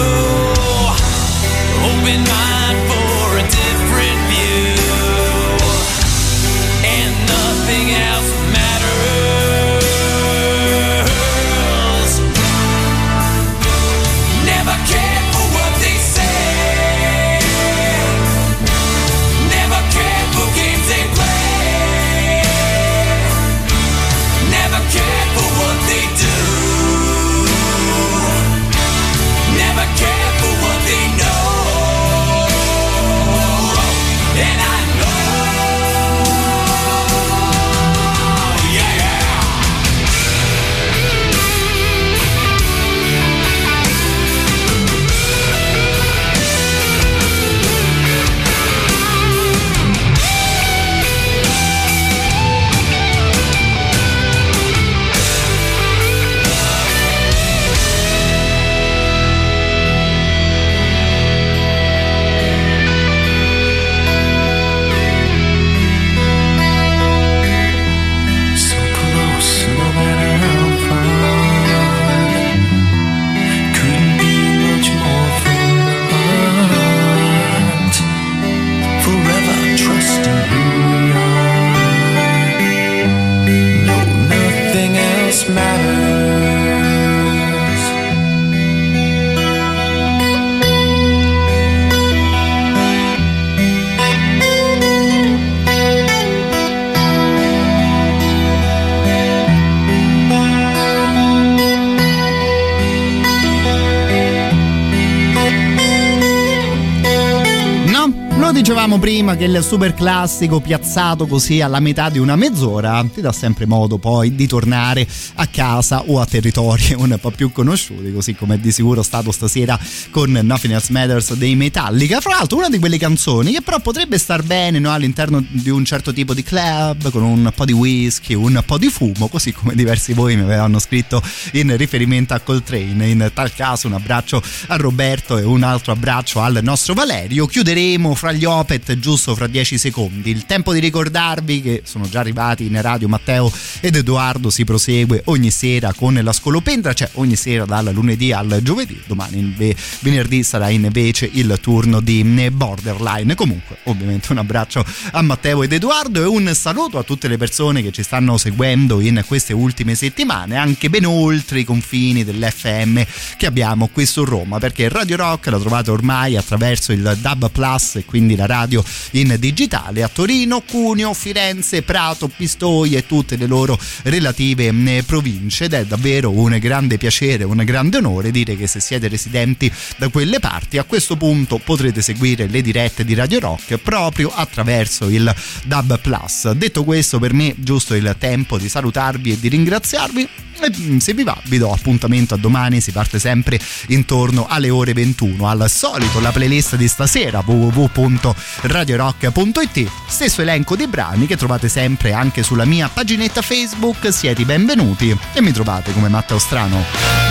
Speaker 15: Open mind for a different view.
Speaker 3: dicevamo prima che il super classico piazzato così alla metà di una mezz'ora ti dà sempre modo poi di tornare a casa o a territori un po' più conosciuti, così come è di sicuro stato stasera con Nothing Else Matters dei Metallica. Fra l'altro una di quelle canzoni che però potrebbe star bene, no, all'interno di un certo tipo di club, con un po' di whisky, un po' di fumo, così come diversi voi mi avevano scritto in riferimento a Coltrane. In tal caso un abbraccio a Roberto e un altro abbraccio al nostro Valerio. Chiuderemo fra gli Opeth giusto fra dieci secondi. Il tempo di ricordarvi che sono già arrivati in radio Matteo ed Edoardo. Si prosegue ogni sera con la Scolopendra, cioè ogni sera dal lunedì al giovedì. Domani inve- venerdì sarà invece il turno di Borderline. Comunque ovviamente un abbraccio a Matteo ed Edoardo e un saluto a tutte le persone che ci stanno seguendo in queste ultime settimane, anche ben oltre i confini dell'F M che abbiamo qui su Roma, perché Radio Rock la trovate ormai attraverso il D A B Plus e quindi la radio in digitale a Torino, Cuneo, Firenze, Prato, Pistoia e tutte le loro relative province, ed è davvero un grande piacere, un grande onore dire che se siete residenti da quelle parti a questo punto potrete seguire le dirette di Radio Rock proprio attraverso il D A B Plus. Detto questo, per me giusto il tempo di salutarvi e di ringraziarvi, e se vi va vi do appuntamento a domani. Si parte sempre intorno alle ore ventuno, al solito la playlist di stasera w w w punto radio rock punto i t, stesso elenco di brani che trovate sempre anche sulla mia paginetta Facebook. Siete benvenuti e mi trovate come Matteo Strano.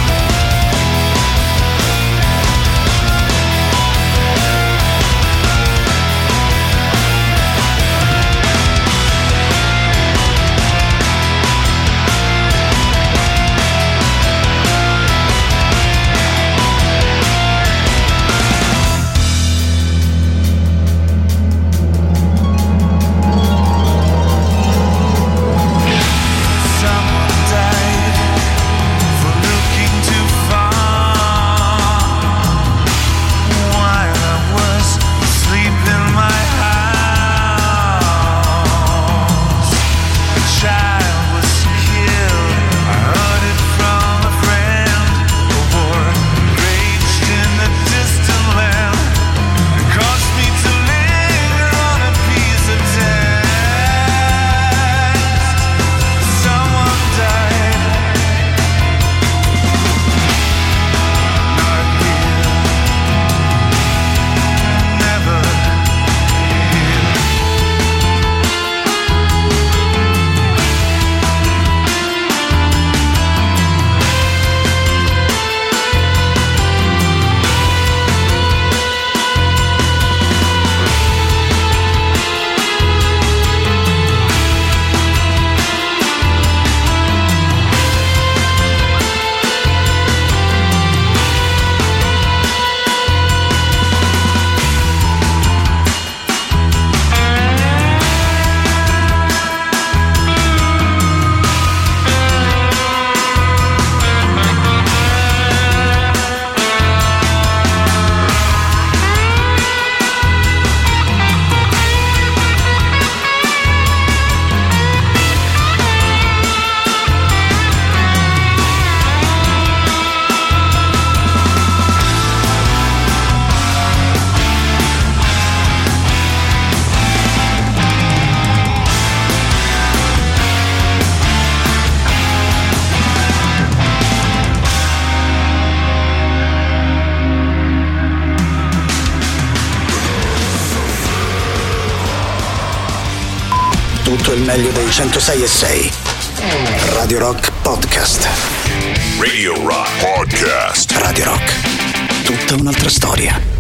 Speaker 1: Tutto il meglio dei centosei e sei. Radio Rock Podcast.
Speaker 2: Radio Rock Podcast.
Speaker 1: Radio Rock. Tutta un'altra storia.